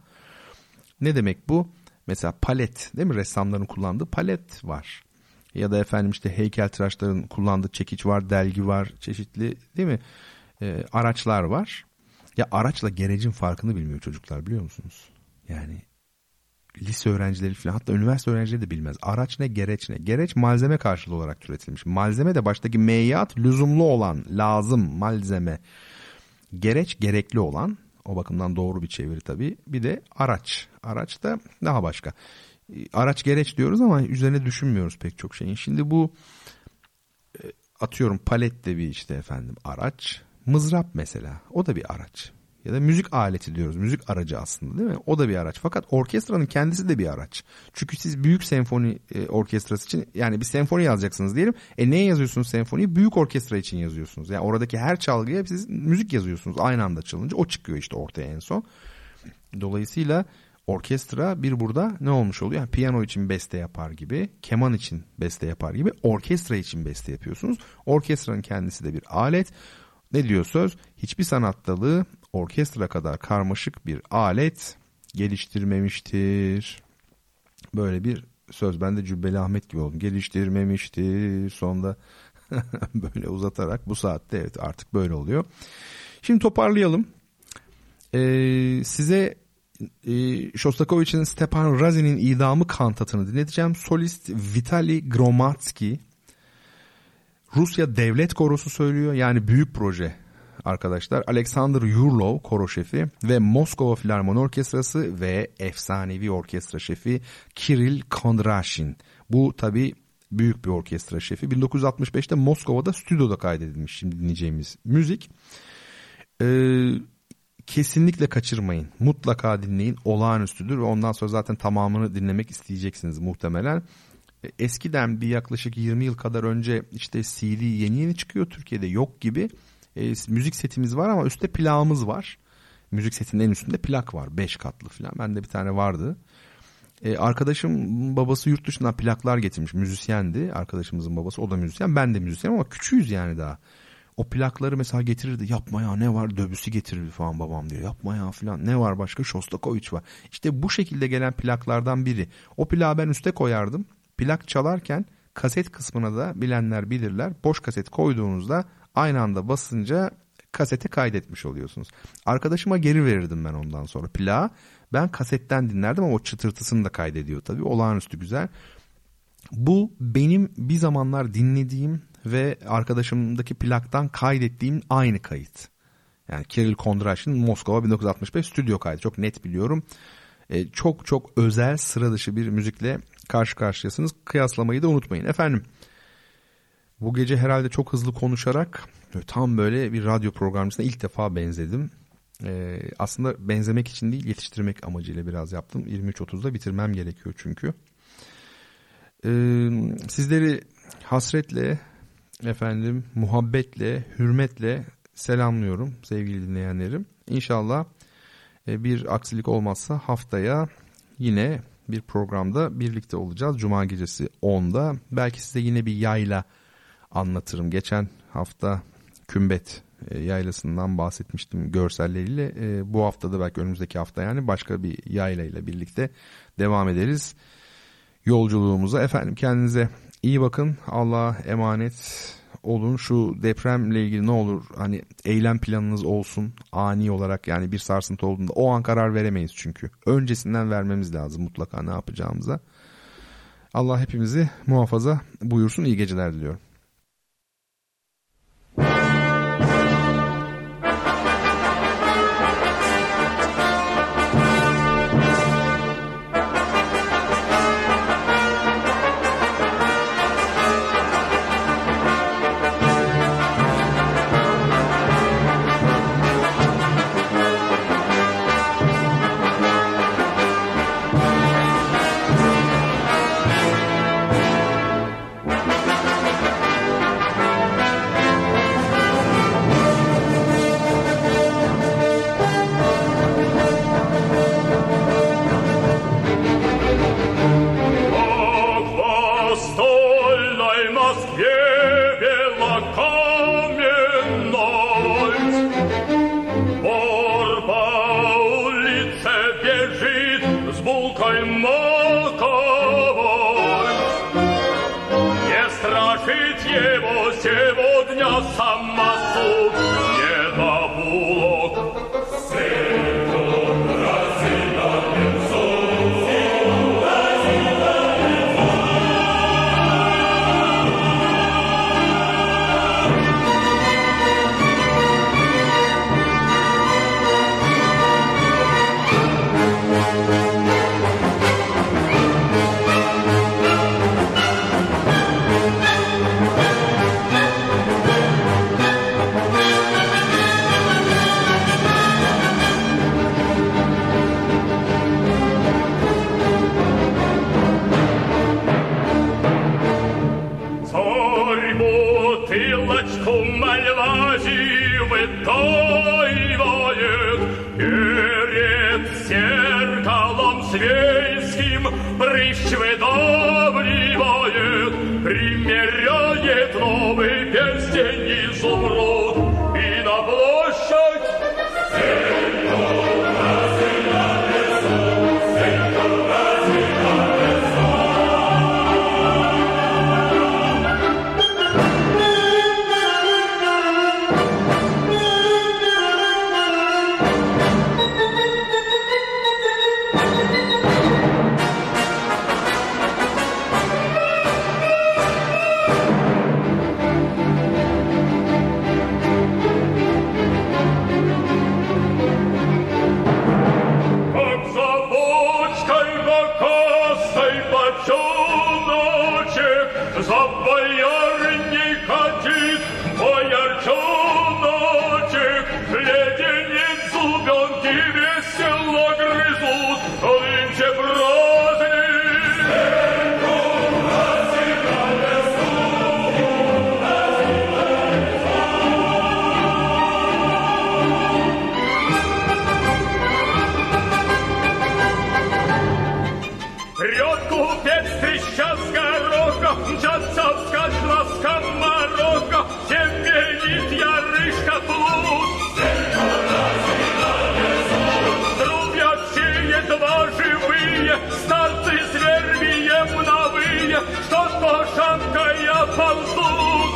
Ne demek bu? Mesela palet, değil mi? Ressamların kullandığı palet var. Ya da işte heykeltıraşların kullandığı çekiç var, delgi var, çeşitli değil mi? Araçlar var. Ya araçla gerecin farkını bilmiyor çocuklar, biliyor musunuz? Yani lise öğrencileri falan, hatta üniversite öğrencileri de bilmez. Araç ne, gereç ne? Gereç malzeme karşılığı olarak türetilmiş. Malzeme de baştaki meyyat, lüzumlu olan, lazım malzeme. Gereç gerekli olan, o bakımdan doğru bir çeviri tabii. Bir de araç. Araç da daha başka. Araç gereç diyoruz ama üzerine düşünmüyoruz pek çok şeyin. Şimdi bu atıyorum palet de bir araç. Mızrap mesela, o da bir araç. Ya da müzik aleti diyoruz. Müzik aracı aslında, değil mi? O da bir araç. Fakat orkestranın kendisi de bir araç. Çünkü siz büyük senfoni orkestrası için, yani bir senfoni yazacaksınız diyelim. Neye yazıyorsunuz senfoniyi? Büyük orkestra için yazıyorsunuz. Yani oradaki her çalgıya siz müzik yazıyorsunuz. Aynı anda çalınca o çıkıyor işte ortaya en son. Dolayısıyla orkestra bir burada ne olmuş oluyor? Yani piyano için beste yapar gibi, keman için beste yapar gibi orkestra için beste yapıyorsunuz. Orkestranın kendisi de bir alet. Ne diyor söz? Hiçbir sanat dalı orkestra kadar karmaşık bir alet geliştirmemiştir. Böyle bir söz. Ben de Cübbeli Ahmet gibi oldum. Geliştirmemiştir. Sonunda böyle uzatarak bu saatte evet artık böyle oluyor. Şimdi toparlayalım. Size Shostakovich'in Stepan Razi'nin idamı kantatını dinleteceğim. Solist Vitali Gromadsky. Rusya Devlet Korosu söylüyor. Yani büyük proje arkadaşlar. Alexander Yurlov koro şefi ve Moskova Filarmoni Orkestrası ve efsanevi orkestra şefi Kirill Kondrashin. Bu tabii büyük bir orkestra şefi. 1965'te Moskova'da stüdyoda kaydedilmiş şimdi dinleyeceğimiz müzik. Kesinlikle kaçırmayın. Mutlaka dinleyin. Olağanüstüdür ve ondan sonra zaten tamamını dinlemek isteyeceksiniz muhtemelen. Eskiden bir yaklaşık 20 yıl kadar önce işte CD yeni çıkıyor. Türkiye'de yok gibi. Müzik setimiz var ama üstte plağımız var. Müzik setinin en üstünde plak var. 5 katlı falan. Bende bir tane vardı. Arkadaşım babası yurt dışından plaklar getirmiş. Müzisyendi. Arkadaşımızın babası. O da müzisyen. Ben de müzisyenim ama küçüğüz yani daha. O plakları mesela getirirdi. Yapma ya ne var? Döbüsü getirirdi falan babam diyor. Yapma ya falan. Ne var başka? Shostakovich var. İşte bu şekilde gelen plaklardan biri. O plağı ben üste koyardım. Plak çalarken kaset kısmına da bilenler bilirler. Boş kaset koyduğunuzda aynı anda basınca kasete kaydetmiş oluyorsunuz. Arkadaşıma geri verirdim ben ondan sonra plağı. Ben kasetten dinlerdim ama o çıtırtısını da kaydediyor tabii. Olağanüstü güzel. Bu benim bir zamanlar dinlediğim ve arkadaşımdaki plaktan kaydettiğim aynı kayıt. Yani Kirill Kondrashin Moskova 1965 stüdyo kaydı. Çok net biliyorum. Çok çok özel, sıra dışı bir müzikle karşı karşıyasınız. Kıyaslamayı da unutmayın. Efendim, bu gece herhalde çok hızlı konuşarak tam böyle bir radyo programcısına ilk defa benzedim. Aslında benzemek için değil, yetiştirmek amacıyla biraz yaptım. 23.30'da bitirmem gerekiyor çünkü. Sizleri hasretle, efendim, muhabbetle, hürmetle selamlıyorum sevgili dinleyenlerim. İnşallah bir aksilik olmazsa haftaya yine bir programda birlikte olacağız. Cuma gecesi 10'da. Belki size yine bir yayla anlatırım. Geçen hafta Kümbet yaylasından bahsetmiştim görselleriyle. Bu haftada belki önümüzdeki hafta yani başka bir yayla ile birlikte devam ederiz yolculuğumuza. Efendim kendinize iyi bakın. Allah'a emanet olun. Şu depremle ilgili ne olur hani eylem planınız olsun ani olarak, yani bir sarsıntı olduğunda o an karar veremeyiz çünkü. Öncesinden vermemiz lazım mutlaka ne yapacağımıza. Allah hepimizi muhafaza buyursun. İyi geceler diliyorum. оттаивает перед зеркалом свейским, прыщ выдавливает, примеряет новый перстень изумруд и на площадь за боярней катит боярчоночек, леденец зубенки весело грызут, нынче праздник. Прет купец, треща с горохом, мчатся вскачь ласка морока, всем велит ярышка плут. Трубят все едва живые, старцы звервие мновые, что по шамкая ползут.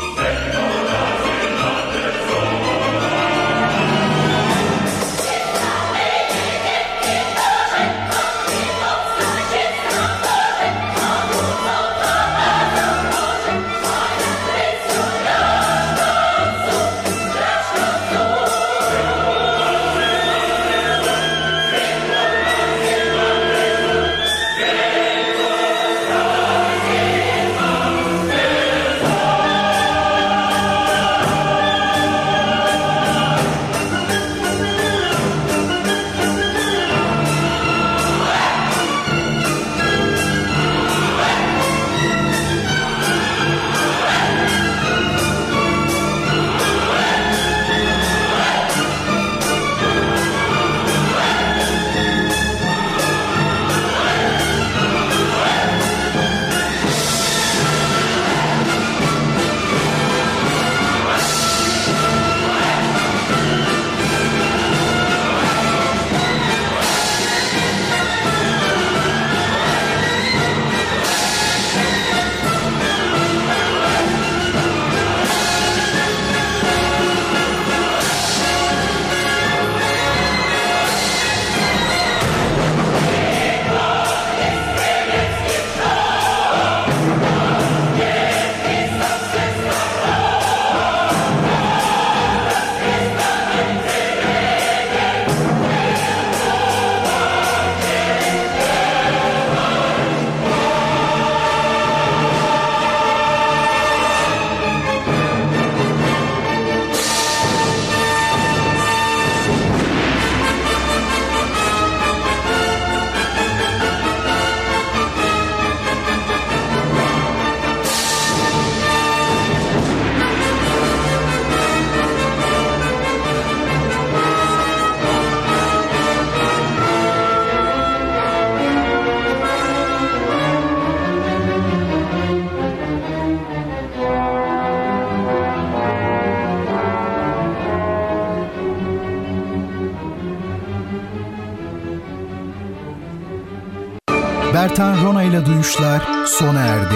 Bertan Rona ile Duyuşlar sona erdi.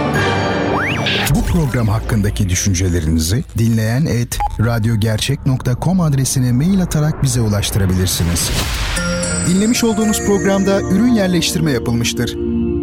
Bu program hakkındaki düşüncelerinizi dinleyen@radyogercek.com adresine mail atarak bize ulaştırabilirsiniz. Dinlemiş olduğunuz programda ürün yerleştirme yapılmıştır.